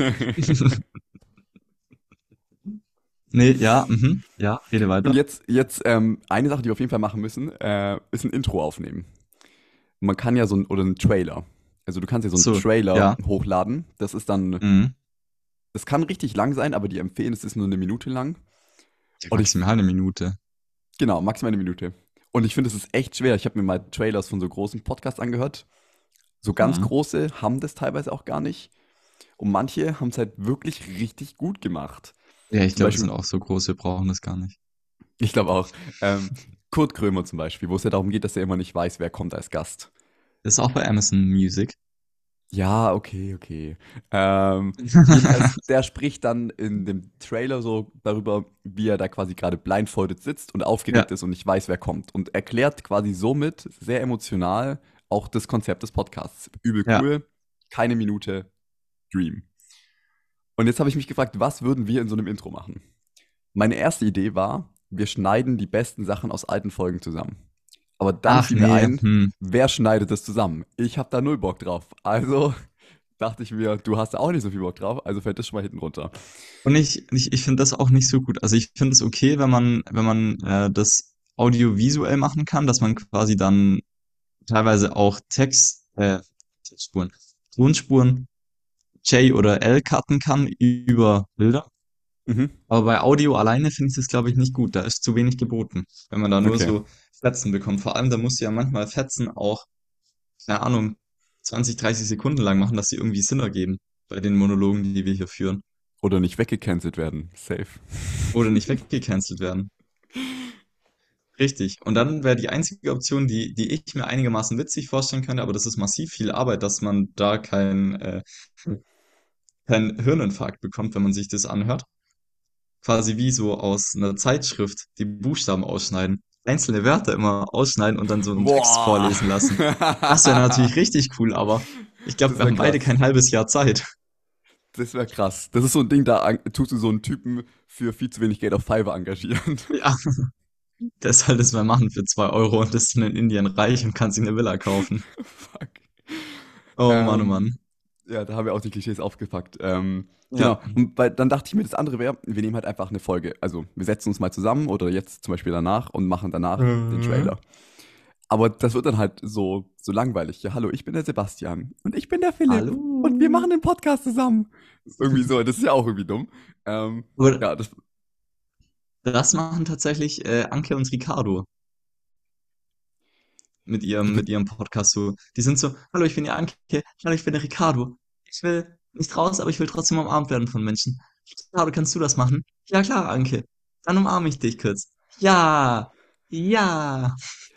Nee, ja, mhm, ja, rede und weiter. jetzt, jetzt ähm, eine Sache, die wir auf jeden Fall machen müssen, äh, ist ein Intro aufnehmen. Man kann ja so ein, oder einen Trailer. Also du kannst ja so einen So, Trailer ja, hochladen. Das ist dann, mhm. das kann richtig lang sein, aber die empfehlen, es ist nur eine Minute lang. Ja, Und ich, maximal eine Minute. genau, maximal eine Minute. Und ich finde, es ist echt schwer. Ich habe mir mal Trailers von so großen Podcasts angehört. So ganz Mhm. große haben das teilweise auch gar nicht. Und manche haben es halt wirklich richtig gut gemacht. Ja, ich Zum glaube, wir sind Beispiel, auch so groß, wir brauchen das gar nicht. ich glaube auch, ähm, Kurt Krömer zum Beispiel, wo es ja darum geht, dass er immer nicht weiß, wer kommt als Gast. Das ist auch bei Amazon Music. Ja, okay, okay. Ähm, jedenfalls, der spricht dann in dem Trailer so darüber, wie er da quasi gerade blindfolded sitzt und aufgeregt Ja, ist und nicht weiß, wer kommt. Und erklärt quasi somit sehr emotional auch das Konzept des Podcasts. Übel ja. cool, keine Minute, Dream. Und jetzt habe ich mich gefragt, was würden wir in so einem Intro machen? Meine erste Idee war, wir schneiden die besten Sachen aus alten Folgen zusammen. Aber dann Ach fiel mir nee, ein, hm. wer schneidet das zusammen? Ich habe da null Bock drauf. Also dachte ich mir, du hast da auch nicht so viel Bock drauf, also fällt das schon mal hinten runter. Und ich, ich, ich finde das auch nicht so gut. Also ich finde es okay, wenn man, wenn man äh, das audiovisuell machen kann, dass man quasi dann teilweise auch Text, äh, Textspuren, Tonspuren J oder L cutten kann über Bilder. Mhm, Aber bei Audio alleine finde ich das, glaube ich, nicht gut. Da ist zu wenig geboten. Wenn man da nur okay. so Fetzen bekommt. Vor allem, da muss ja manchmal Fetzen auch, keine Ahnung, zwanzig, dreißig Sekunden lang machen, dass sie irgendwie Sinn ergeben. Bei den Monologen, die wir hier führen. Oder nicht weggecancelt werden. Safe. Oder nicht weggecancelt werden. Richtig. Und dann wäre die einzige Option, die, die ich mir einigermaßen witzig vorstellen könnte, aber das ist massiv viel Arbeit, dass man da kein, äh, kein Hirninfarkt bekommt, wenn man sich das anhört. Quasi wie so aus einer Zeitschrift die Buchstaben ausschneiden. Einzelne Wörter immer ausschneiden und dann so einen Text Boah. vorlesen lassen. Das wäre natürlich richtig cool, aber ich glaube, Das wir wäre haben beide krass. kein halbes Jahr Zeit. Das wäre krass. Das ist so ein Ding, da an- tust du so einen Typen für viel zu wenig Geld auf Fiverr engagieren. Ja, der soll das mal machen für zwei Euro und ist dann in Indien reich und kann sich eine Villa kaufen. Fuck. Oh Mann, oh Ähm, Mann. ja, da haben wir auch die Klischees aufgepackt. Ähm, Ja. genau. Und bei, dann dachte ich mir, das andere wäre, wir nehmen halt einfach eine Folge. Also wir setzen uns mal zusammen oder jetzt zum Beispiel danach und machen danach den Äh, Trailer. Aber das wird dann halt so, so langweilig. Ja, hallo, ich bin der Sebastian und ich bin der Philipp und wir Hallo. machen den Podcast zusammen. Irgendwie so, das ist ja auch irgendwie dumm. Ähm, Aber ja, das, das machen tatsächlich äh, Anke und Ricardo mit ihrem, mit ihrem Podcast so. Die sind so, hallo, ich bin die Anke, hallo, ich bin der Ricardo. Ich will nicht raus, aber ich will trotzdem umarmt werden von Menschen. Ricardo, kannst du das machen? Ja, klar, Anke. Dann umarme ich dich kurz. Ja, ja.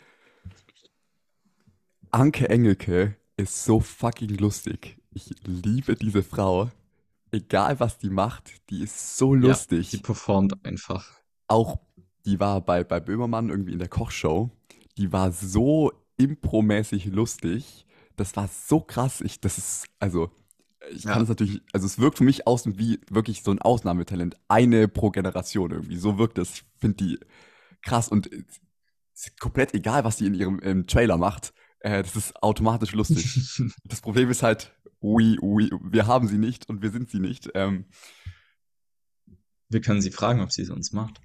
Anke Engelke ist so fucking lustig. Ich liebe diese Frau. Egal was die macht, die ist so Ja, die lustig. performt einfach. Auch die war bei, bei Böhmermann irgendwie in der Kochshow. Die war so impromäßig lustig. Das war so krass. Ich, das ist, also, ich kann Ja. es natürlich, also es wirkt für mich aus wie wirklich so ein Ausnahmetalent. Eine pro Generation irgendwie. So wirkt das. Ich finde die krass und äh, es ist komplett egal, was die in ihrem im Trailer macht. Äh, das ist automatisch lustig. Das Problem ist halt, we, we, wir haben sie nicht und wir sind sie nicht. Ähm, Wir können sie fragen, ob sie es uns macht.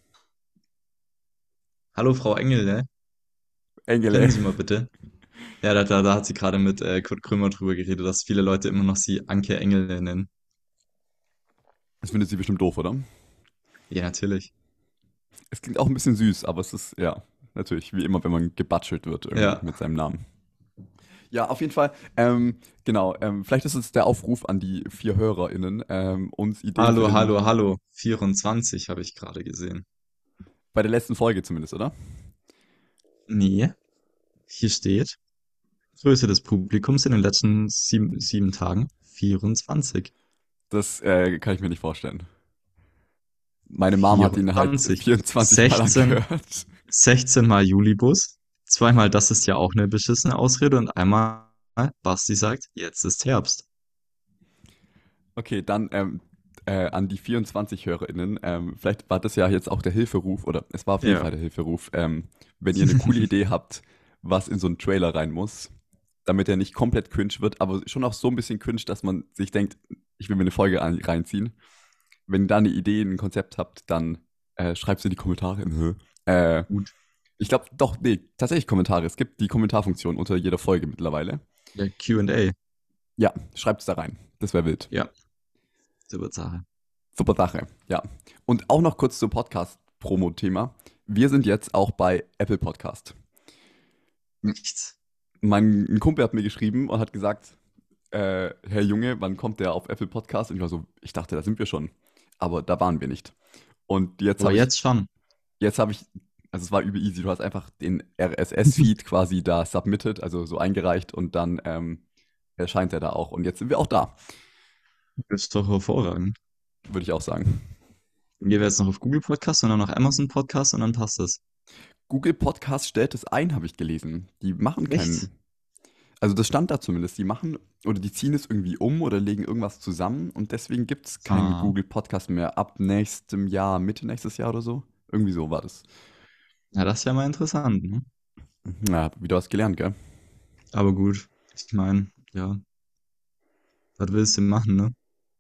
Hallo, Frau Engel, ne? Können Engele. Sie mal bitte? Ja, da, da, da hat sie gerade mit äh, Kurt Krömer drüber geredet, dass viele Leute immer noch sie Anke Engel nennen. Das findet sie bestimmt doof, oder? Ja, natürlich. Es klingt auch ein bisschen süß, aber es ist, ja, natürlich, wie immer, wenn man gebatschelt wird irgendwie Ja. mit seinem Namen. Ja, auf jeden Fall. Ähm, genau, ähm, vielleicht ist es der Aufruf an die vier HörerInnen, ähm, uns Ideen für Hallo, den, hallo, hallo. vierundzwanzig habe ich gerade gesehen. bei der letzten Folge zumindest, oder? Nee, hier steht, Größe des Publikums in den letzten sieben, sieben Tagen vierundzwanzig. Das äh, kann ich mir nicht vorstellen. Meine Mom hat ihn halt vierundzwanzig. vierundzwanzig Mal sechzehn, angehört. sechzehn Mal Julibus. Zweimal, das ist ja auch eine beschissene Ausrede. Und einmal, Basti sagt, jetzt ist Herbst. Okay, dann ähm, äh, an die vierundzwanzig HörerInnen. Ähm, vielleicht war das ja jetzt auch der Hilferuf, oder es war auf jeden Ja. Fall der Hilferuf. Ähm, wenn ihr eine coole Idee habt, was in so einen Trailer rein muss, damit er nicht komplett cringe wird, aber schon auch so ein bisschen cringe, dass man sich denkt, ich will mir eine Folge an, reinziehen. Wenn ihr da eine Idee, ein Konzept habt, dann äh, schreibt es in die Kommentare. Nö. Äh, Gut. ich glaube, doch, nee, tatsächlich Kommentare. Es gibt die Kommentarfunktion unter jeder Folge mittlerweile. Ja, Q und A. Ja, schreibt es da rein. Das wäre wild. Ja, super Sache. Super Sache, ja. Und auch noch kurz zum Podcast-Promo-Thema. Wir sind jetzt auch bei Apple Podcast. Nichts. Mein ein Kumpel hat mir geschrieben und hat gesagt, äh, Herr Junge, wann kommt der auf Apple Podcast? Und ich war so, ich dachte, da sind wir schon. Aber da waren wir nicht. Und jetzt Aber habe ich, jetzt schon. jetzt habe ich, also es war übel easy. Du hast einfach den R S S-Feed quasi da submitted, also so eingereicht und dann ähm, erscheint er da auch. Und jetzt sind wir auch da, Das ist doch hervorragend. würde ich auch sagen. Gehen wir jetzt noch auf Google Podcast und dann noch Amazon Podcast und dann passt es. Google Podcast stellt es ein, habe ich gelesen. Die machen Echt? keinen. Also das stand da zumindest. Die machen oder die ziehen es irgendwie um oder legen irgendwas zusammen und deswegen gibt es keinen Ah. Google Podcast mehr ab nächstem Jahr, Mitte nächstes Jahr oder so. Irgendwie so war das. Ja, das ist ja mal interessant, ne? Ja, wieder was gelernt, gell? Aber gut, ich meine, ja, was willst du machen, ne?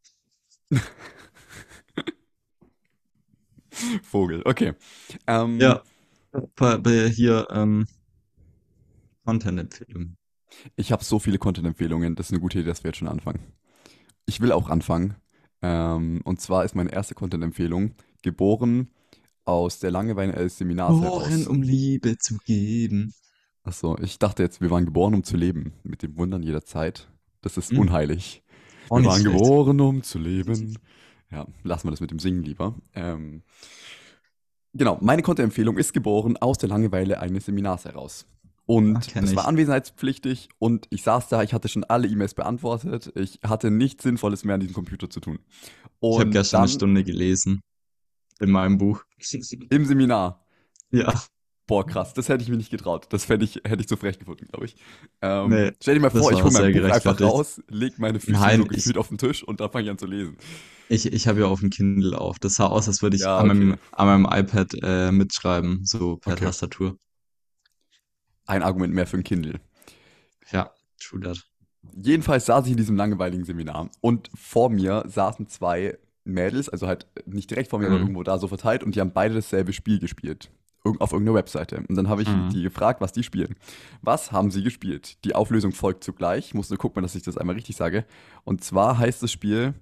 Vogel, okay. Ähm, Ja, bei, bei hier ähm, Content-Empfehlungen. Ich habe so viele Content-Empfehlungen. Das ist eine gute Idee, dass wir jetzt schon anfangen. Ich will auch anfangen. Ähm, und zwar ist meine erste Content-Empfehlung geboren aus der Langeweile eines Seminars Geboren, heraus. um Liebe zu geben. Achso, ich dachte jetzt, wir waren geboren, um zu leben. Mit dem Wundern jeder Zeit. Das ist Hm, unheilig. auch Wir nicht waren schlecht. geboren, um zu leben. Ja, lassen wir das mit dem Singen lieber. Ähm, genau, meine Kontoempfehlung ist geboren aus der Langeweile eines Seminars heraus. Ah, Und kenn das war ich. anwesenheitspflichtig und ich saß da, ich hatte schon alle E-Mails beantwortet. Ich hatte nichts Sinnvolles mehr an diesem Computer zu tun. Ich habe Und gestern eine dann Stunde gelesen in meinem Buch. im Seminar. Ja, Boah, krass, das hätte ich mir nicht getraut. Das fänd ich, hätte ich zu frech gefunden, glaube ich. Ähm, nee, stell dir mal das vor, ich war hole mein sehr Buch einfach gerechtfertigt. raus, leg meine Füße so Nein, ich, gefühlt auf den Tisch und dann fange ich an zu lesen. ich, ich habe ja auf dem Kindle auf. Das sah aus, als würde ich Ja, an meinem, okay. an meinem iPad äh, mitschreiben, so per Okay. Tastatur. Ein Argument mehr für ein Kindle. Ja, true that. Jedenfalls saß ich in diesem langweiligen Seminar und vor mir saßen zwei Mädels, also halt nicht direkt vor mir, aber Mhm. irgendwo da so verteilt und die haben beide dasselbe Spiel gespielt. Irg- Auf irgendeiner Webseite. Und dann habe ich Mhm. die gefragt, was die spielen. Was haben sie gespielt? Die Auflösung folgt zugleich. Ich muss nur gucken, dass ich das einmal richtig sage. Und zwar heißt das Spiel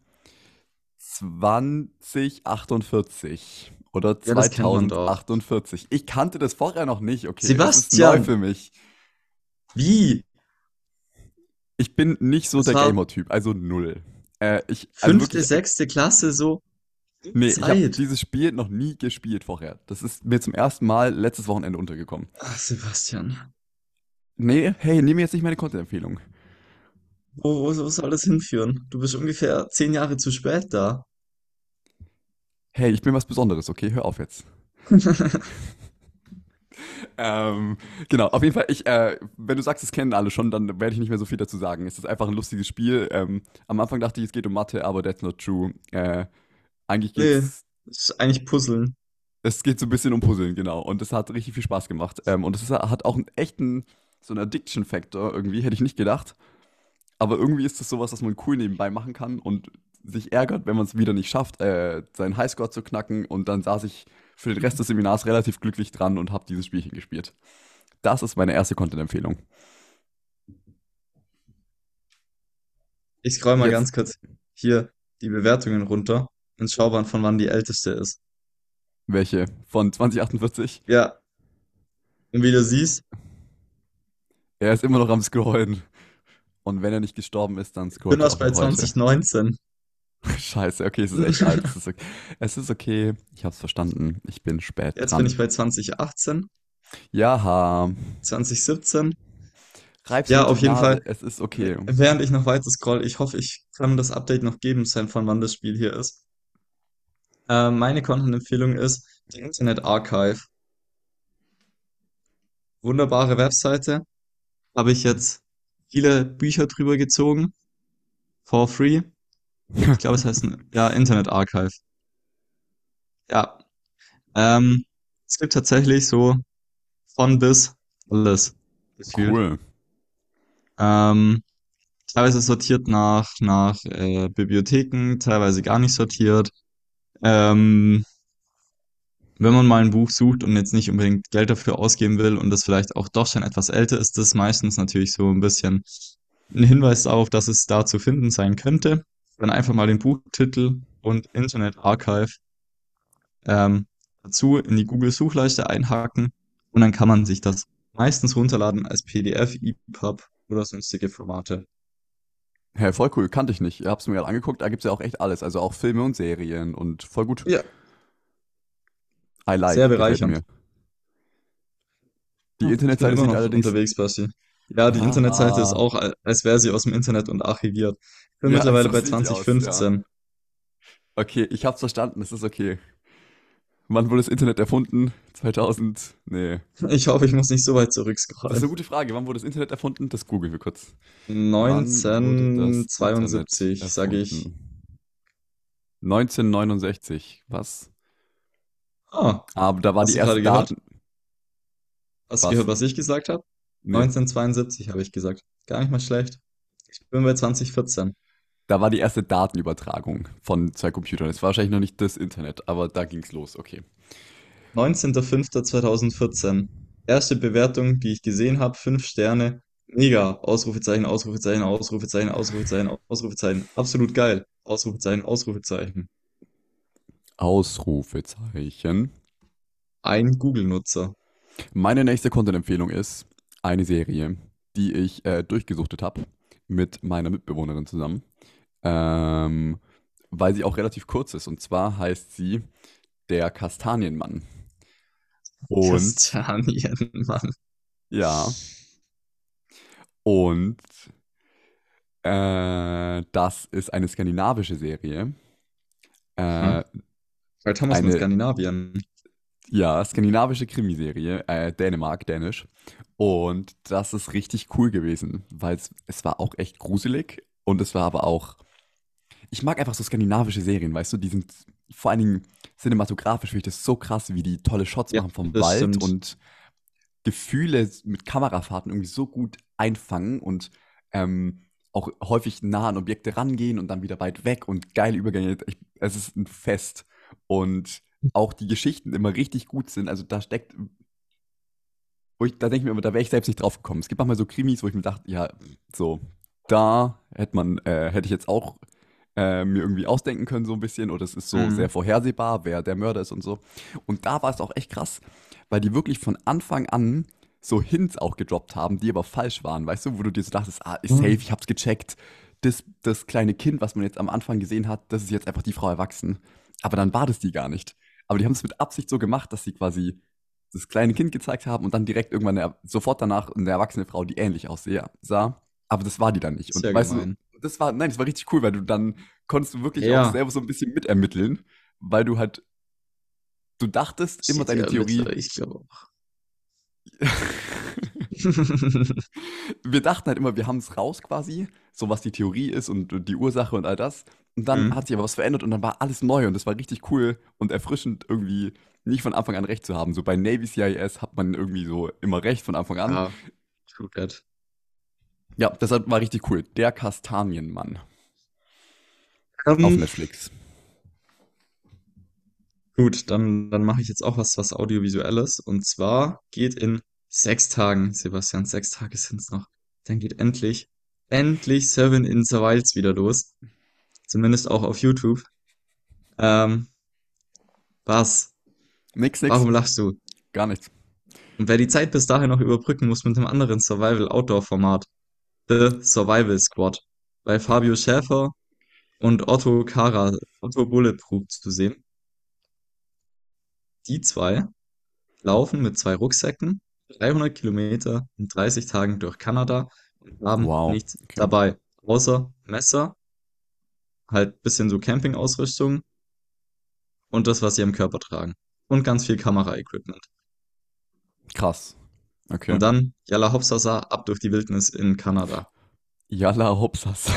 zwanzig achtundvierzig oder Ja, das kennt man doch. zweitausendachtundvierzig. Ich kannte das vorher noch nicht, okay? Es ist neu Sebastian, für mich. wie? Ich bin nicht so Das der war Gamer-Typ, also null. Äh, ich, also fünfte, wirklich, sechste Klasse, so nee, ich habe Zeit. dieses Spiel noch nie gespielt vorher. Das ist mir zum ersten Mal letztes Wochenende untergekommen. Ach, Sebastian. Nee, hey, nimm mir jetzt nicht meine Content-Empfehlung. Wo, wo, wo soll das hinführen? Du bist ungefähr zehn Jahre zu spät da. Hey, ich bin was Besonderes, okay? Hör auf jetzt. Ähm, genau, auf jeden Fall, ich, äh, wenn du sagst, es kennen alle schon, dann werde ich nicht mehr so viel dazu sagen. Es ist einfach ein lustiges Spiel. Ähm, am Anfang dachte ich, es geht um Mathe, aber that's not true. Äh, eigentlich Nee, geht's, das ist eigentlich Puzzeln. es geht so ein bisschen um Puzzeln, genau. Und es hat richtig viel Spaß gemacht. Ähm, und es ist, hat auch einen echten, so einen Addiction-Factor irgendwie, hätte ich nicht gedacht. Aber irgendwie ist es sowas, was man cool nebenbei machen kann und sich ärgert, wenn man es wieder nicht schafft, äh, seinen Highscore zu knacken. Und dann saß ich für den Rest des Seminars relativ glücklich dran und habe dieses Spielchen gespielt. Das ist meine erste Content-Empfehlung. Ich scroll mal Jetzt, ganz kurz hier die Bewertungen runter und schau mal, von wann die älteste ist. welche? Von zwanzig achtundvierzig? Ja, und wie du siehst, Er ist immer noch am Scrollen. Und wenn er nicht gestorben ist, dann ich bin scrollt er was auch bei noch heute. zwanzig neunzehn. Scheiße, okay, es ist echt alt. Es ist okay. Es ist okay. Ich hab's verstanden. Ich bin spät Jetzt bin dran. ich bei zwanzig achtzehn. Ja, zwanzig siebzehn. reib's dir Ja, nicht auf die jeden Fall. Nase, es ist okay. Während ich noch weiter scroll, ich hoffe, ich kann das Update noch geben, sein, von wann das Spiel hier ist. Äh, meine Content-Empfehlung ist die Internet Archive. Wunderbare Webseite. Habe ich jetzt viele Bücher drüber gezogen. For free. Ich glaube, es heißt, ja, Internet Archive. Ja. Ähm, Es gibt tatsächlich so von bis alles gefühlt. Cool. Ähm, Teilweise sortiert nach, nach äh, Bibliotheken, teilweise gar nicht sortiert. Ähm, Wenn man mal ein Buch sucht und jetzt nicht unbedingt Geld dafür ausgeben will und das vielleicht auch doch schon etwas älter ist, das meistens natürlich so ein bisschen ein Hinweis darauf, dass es da zu finden sein könnte. Dann einfach mal den Buchtitel und Internet Archive ähm, dazu in die Google-Suchleiste einhaken und dann kann man sich das meistens runterladen als P D F, E P U B oder sonstige Formate. Hä, voll cool, kannte ich nicht. Ich hab's mir gerade angeguckt, da gibt's ja auch echt alles. Also auch Filme und Serien und voll gut. Ja, I sehr like, gefällt bereichernd. mir. Die Ja, ich bin Internetseite immer sieht noch allerdings. unterwegs, Basti. Ja, die Internetseite ist Haha. auch, al- als wäre sie aus dem Internet und archiviert. Ich bin Ja, mittlerweile so bei sieht sie aus, ja. zwanzig fünfzehn. Okay, ich hab's verstanden, es ist okay. Wann wurde das Internet erfunden? zweitausend? Nee. Ich hoffe, ich muss nicht so weit Das ist zurückscrollen. eine gute Frage. Wann wurde das Internet erfunden? Das googeln wir kurz. Wann wurde das Internet neunzehnhundertzweiundsiebzig, sage ich. erfunden? neunzehnhundertneunundsechzig. Was? Ah, Aber da war die hast du erste gerade gehört? Daten. Hast du Was? gehört, was ich gesagt habe? Nee. neunzehnhundertzweiundsiebzig habe ich gesagt. Gar nicht mal schlecht. Ich bin bei zwanzig vierzehn. Da war die erste Datenübertragung von zwei Computern. Es war wahrscheinlich noch nicht das Internet, aber da ging's los. Okay. neunzehnter fünfter zweitausendvierzehn. Erste Bewertung, die ich gesehen habe, fünf Sterne. Mega. Ausrufezeichen, Ausrufezeichen, Ausrufezeichen, Ausrufezeichen, Ausrufezeichen. Absolut geil. Ausrufezeichen, Ausrufezeichen. Ausrufezeichen. Ein Google-Nutzer. Meine nächste Content-Empfehlung ist eine Serie, die ich äh, durchgesuchtet habe mit meiner Mitbewohnerin zusammen, ähm, weil sie auch relativ kurz ist. Und zwar heißt sie Der Kastanienmann. Und Kastanienmann. ja, und äh, das ist eine skandinavische Serie. Hm. Äh, Bei Thomas von eine, Skandinavien. ja, skandinavische Krimiserie, äh, Dänemark, Dänisch. Und das ist richtig cool gewesen, weil es, es war auch echt gruselig und es war aber auch. Ich mag einfach so skandinavische Serien, weißt du, die sind vor allen Dingen cinematografisch, finde ich das so krass, wie die tolle Shots Ja, machen vom das Wald stimmt. und Gefühle mit Kamerafahrten irgendwie so gut einfangen und ähm, auch häufig nah an Objekte rangehen und dann wieder weit weg und geile Übergänge. Ich, es ist ein Fest. Und auch die Geschichten immer richtig gut sind. Also da steckt, wo ich, da denke ich mir immer, da wäre ich selbst nicht drauf gekommen. Es gibt manchmal so Krimis, wo ich mir dachte, ja, so, da hätte man, äh, hätte ich jetzt auch äh, mir irgendwie ausdenken können, so ein bisschen, oder es ist so sehr Mhm. vorhersehbar, wer der Mörder ist und so. Und da war es auch echt krass, weil die wirklich von Anfang an so Hints auch gedroppt haben, die aber falsch waren, weißt du, wo du dir so dachtest, ah, ist safe, Mhm. ich hab's gecheckt. Das, das kleine Kind, was man jetzt am Anfang gesehen hat, das ist jetzt einfach die Frau erwachsen. Aber dann war das die gar nicht. Aber die haben es mit Absicht so gemacht, dass sie quasi das kleine Kind gezeigt haben und dann direkt irgendwann eine, sofort danach eine erwachsene Frau, die ähnlich aussah, sah. Aber das war die dann nicht. Und Sehr weißt du, gemein. das war, nein, das war richtig cool, weil du dann konntest du wirklich auch Ja, selber so ein bisschen mitermitteln, weil du halt, du dachtest immer steht deine ja mit, Theorie. ich glaube auch. Wir dachten halt immer, wir haben es raus quasi, so was die Theorie ist und die Ursache und all das. Und dann Mhm. hat sich aber was verändert und dann war alles neu und das war richtig cool und erfrischend irgendwie nicht von Anfang an recht zu haben. So bei Navy C I S hat man irgendwie so immer recht von Anfang an. Ja, true that. Ja, das war richtig cool. Der Kastanienmann auf Ähm, Netflix. gut, dann, dann mache ich jetzt auch was, was Audiovisuelles. Und zwar geht in sechs Tagen, Sebastian, sechs Tage sind es noch. Dann geht endlich, endlich Seven in the Wilds wieder los. Zumindest auch auf YouTube. Ähm, was? Nix, nix, Warum lachst du? gar nichts. Und wer die Zeit bis dahin noch überbrücken muss mit einem anderen Survival-Outdoor-Format, The Survival Squad, bei Fabio Schäfer und Otto Kara, Otto Bulletproof zu sehen. Die zwei laufen mit zwei Rucksäcken dreihundert Kilometer in dreißig Tagen durch Kanada und haben Wow. nichts Okay. dabei, außer Messer, halt bisschen so Campingausrüstung und das, was sie am Körper tragen. Und ganz viel Kameraequipment. Krass. Okay. Und dann, Yalla Hopsasa, ab durch die Wildnis in Kanada. Yalla Hopsas.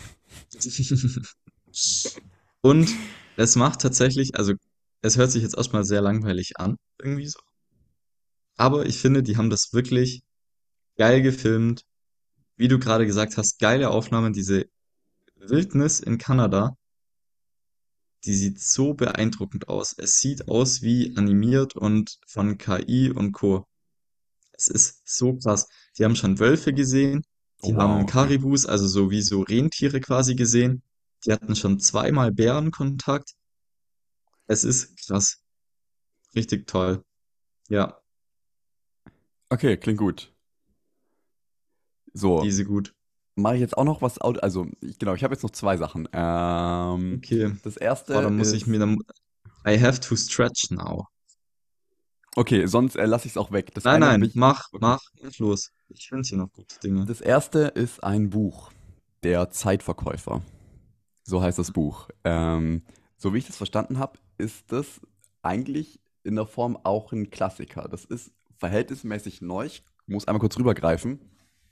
Und es macht tatsächlich, also es hört sich jetzt erstmal sehr langweilig an, irgendwie so. Aber ich finde, die haben das wirklich geil gefilmt. Wie du gerade gesagt hast, geile Aufnahmen, diese Wildnis in Kanada, die sieht so beeindruckend aus. Es sieht aus wie animiert und von K I und Co. Es ist so krass. Die haben schon Wölfe gesehen, Oh, die haben wow, okay. Karibus, also so wie so Rentiere quasi gesehen. Die hatten schon zweimal Bärenkontakt. Es ist krass. Richtig toll. Ja, Okay, klingt gut. So, diese gut. mache ich jetzt auch noch was. Au- Also, ich, genau, ich habe jetzt noch zwei Sachen. Ähm, Okay. das erste Boah, dann muss ich ist. mir dann. I have to stretch now. Okay, sonst äh, lasse ich es auch weg. Das Nein, eine habe nein, ich. mach, Okay. mach, mach los. Ich finde hier noch gute Dinge. Das erste ist ein Buch. Der Zeitverkäufer. So heißt das Buch. Ähm, so wie ich das verstanden habe, ist das eigentlich in der Form auch ein Klassiker. Das ist verhältnismäßig neu. Ich muss einmal kurz rübergreifen.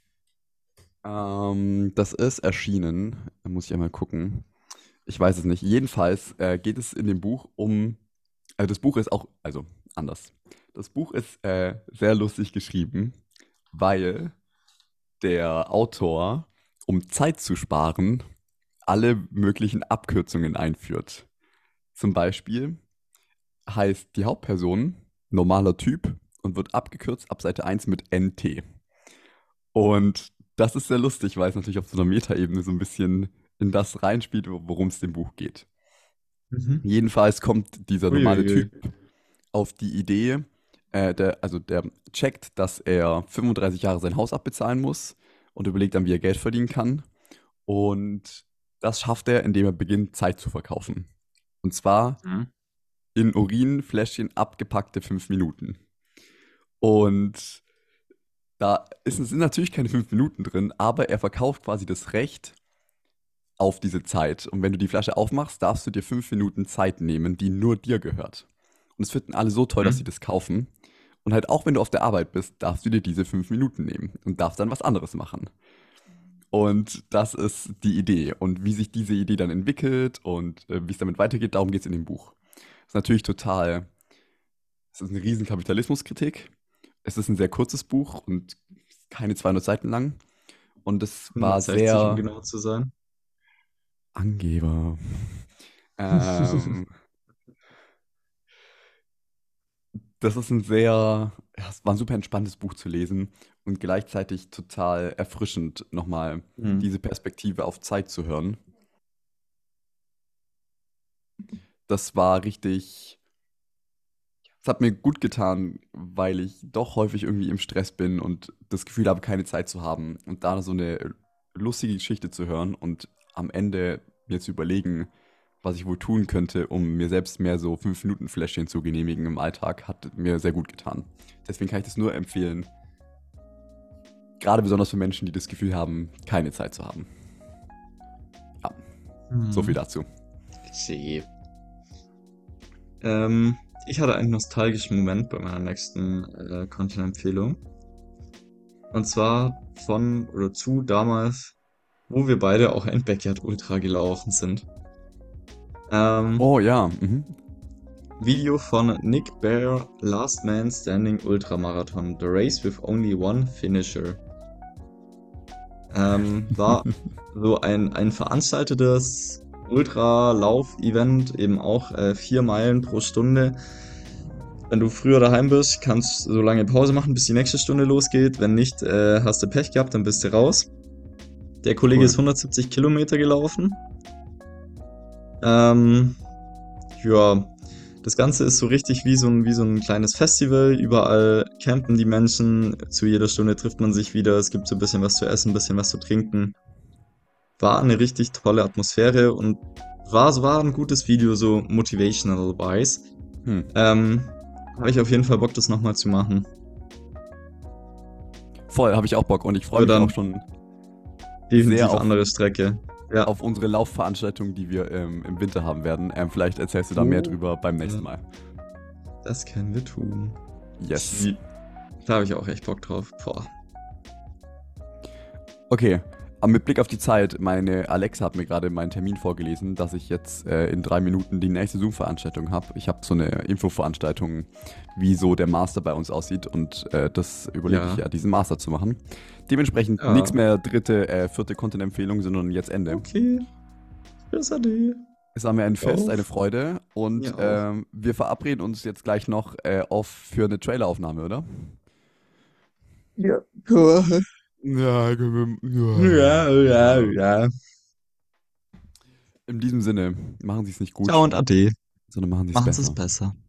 Ähm, das ist erschienen. Da muss ich einmal gucken. Ich weiß es nicht. Jedenfalls äh, geht es in dem Buch um. Also das Buch ist auch, also anders. Das Buch ist äh, sehr lustig geschrieben, weil der Autor, um Zeit zu sparen, alle möglichen Abkürzungen einführt. Zum Beispiel heißt die Hauptperson normaler Typ und wird abgekürzt ab Seite eins mit N T. Und das ist sehr lustig, weil es natürlich auf so einer Metaebene so ein bisschen in das reinspielt, worum es dem Buch geht. Mhm. Jedenfalls kommt dieser normale Uiuiui. Typ auf die Idee, äh, der, also der checkt, dass er fünfunddreißig Jahre sein Haus abbezahlen muss und überlegt dann, wie er Geld verdienen kann. Und das schafft er, indem er beginnt, Zeit zu verkaufen. Und zwar Mhm. in Urinfläschchen abgepackte fünf Minuten. Und da ist, sind natürlich keine fünf Minuten drin, aber er verkauft quasi das Recht auf diese Zeit. Und wenn du die Flasche aufmachst, darfst du dir fünf Minuten Zeit nehmen, die nur dir gehört. Und es finden alle so toll, dass sie Mhm. das kaufen. Und halt auch wenn du auf der Arbeit bist, darfst du dir diese fünf Minuten nehmen und darfst dann was anderes machen. Und das ist die Idee. Und wie sich diese Idee dann entwickelt und äh, wie es damit weitergeht, darum geht es in dem Buch. Das ist natürlich total, es ist eine riesen Kapitalismuskritik. Es ist ein sehr kurzes Buch und keine zweihundert Seiten lang. Und es war hundertsechzig, um sehr genau zu sein. Angeber. Ähm, Das ist ein sehr, ja, es war ein super entspanntes Buch zu lesen und gleichzeitig total erfrischend, nochmal Mhm. diese Perspektive auf Zeit zu hören. Das war richtig, es hat mir gut getan, weil ich doch häufig irgendwie im Stress bin und das Gefühl habe, keine Zeit zu haben. Und da so eine lustige Geschichte zu hören und am Ende mir zu überlegen, was ich wohl tun könnte, um mir selbst mehr so fünf minuten Fläschchen zu genehmigen im Alltag, hat mir sehr gut getan. Deswegen kann ich das nur empfehlen, gerade besonders für Menschen, die das Gefühl haben, keine Zeit zu haben. Ja, so viel Mhm. dazu. See. Ähm, ich hatte einen nostalgischen Moment bei meiner nächsten äh, Content-Empfehlung. Und zwar von oder zu damals, wo wir beide auch ein Backyard Ultra gelaufen sind. Ähm, Oh ja, mhm. Video von Nick Bare, Last Man Standing Ultramarathon, The Race with Only One Finisher. Ähm, war so ein, ein veranstaltetes Ultralauf-Event, eben auch äh, vier Meilen pro Stunde. Wenn du früher daheim bist, kannst du so lange Pause machen, bis die nächste Stunde losgeht. Wenn nicht, äh, hast du Pech gehabt, dann bist du raus. Der Kollege Cool. ist hundertsiebzig Kilometer gelaufen. Ähm, ja, das Ganze ist so richtig wie so ein, wie so ein kleines Festival. Überall campen die Menschen. Zu jeder Stunde trifft man sich wieder. Es gibt so ein bisschen was zu essen, ein bisschen was zu trinken. War eine richtig tolle Atmosphäre und war, war ein gutes Video, so motivational-wise. Hm. Ähm, habe ich auf jeden Fall Bock, das nochmal zu machen. Voll, habe ich auch Bock und ich freue Für mich auch dann schon definitiv sehr auf, andere Strecke. Ja. auf unsere Laufveranstaltung, die wir ähm, im Winter haben werden. Ähm, vielleicht erzählst du da mehr Oh, drüber beim nächsten ja, Mal. das können wir tun. Yes. Die, da habe ich auch echt Bock drauf. Boah. Okay, aber mit Blick auf die Zeit, meine Alexa hat mir gerade meinen Termin vorgelesen, dass ich jetzt äh, in drei Minuten die nächste Zoom-Veranstaltung habe. Ich habe so eine Infoveranstaltung, wie so der Master bei uns aussieht und äh, das überlege ich Ja. ja, diesen Master zu machen. Dementsprechend Ja. nichts mehr dritte, äh, vierte Content-Empfehlung, sondern jetzt Ende. Okay. Tschüss, Ade. Es war mir ein Fest, Auf. eine Freude und Mir auch. ähm, wir verabreden uns jetzt gleich noch äh, auf für eine Traileraufnahme, oder? Ja. Ja, Ja, ja, ja. in diesem Sinne, machen Sie es nicht gut, Ciao und Ade. sondern machen Sie es Machen Sie es besser. besser.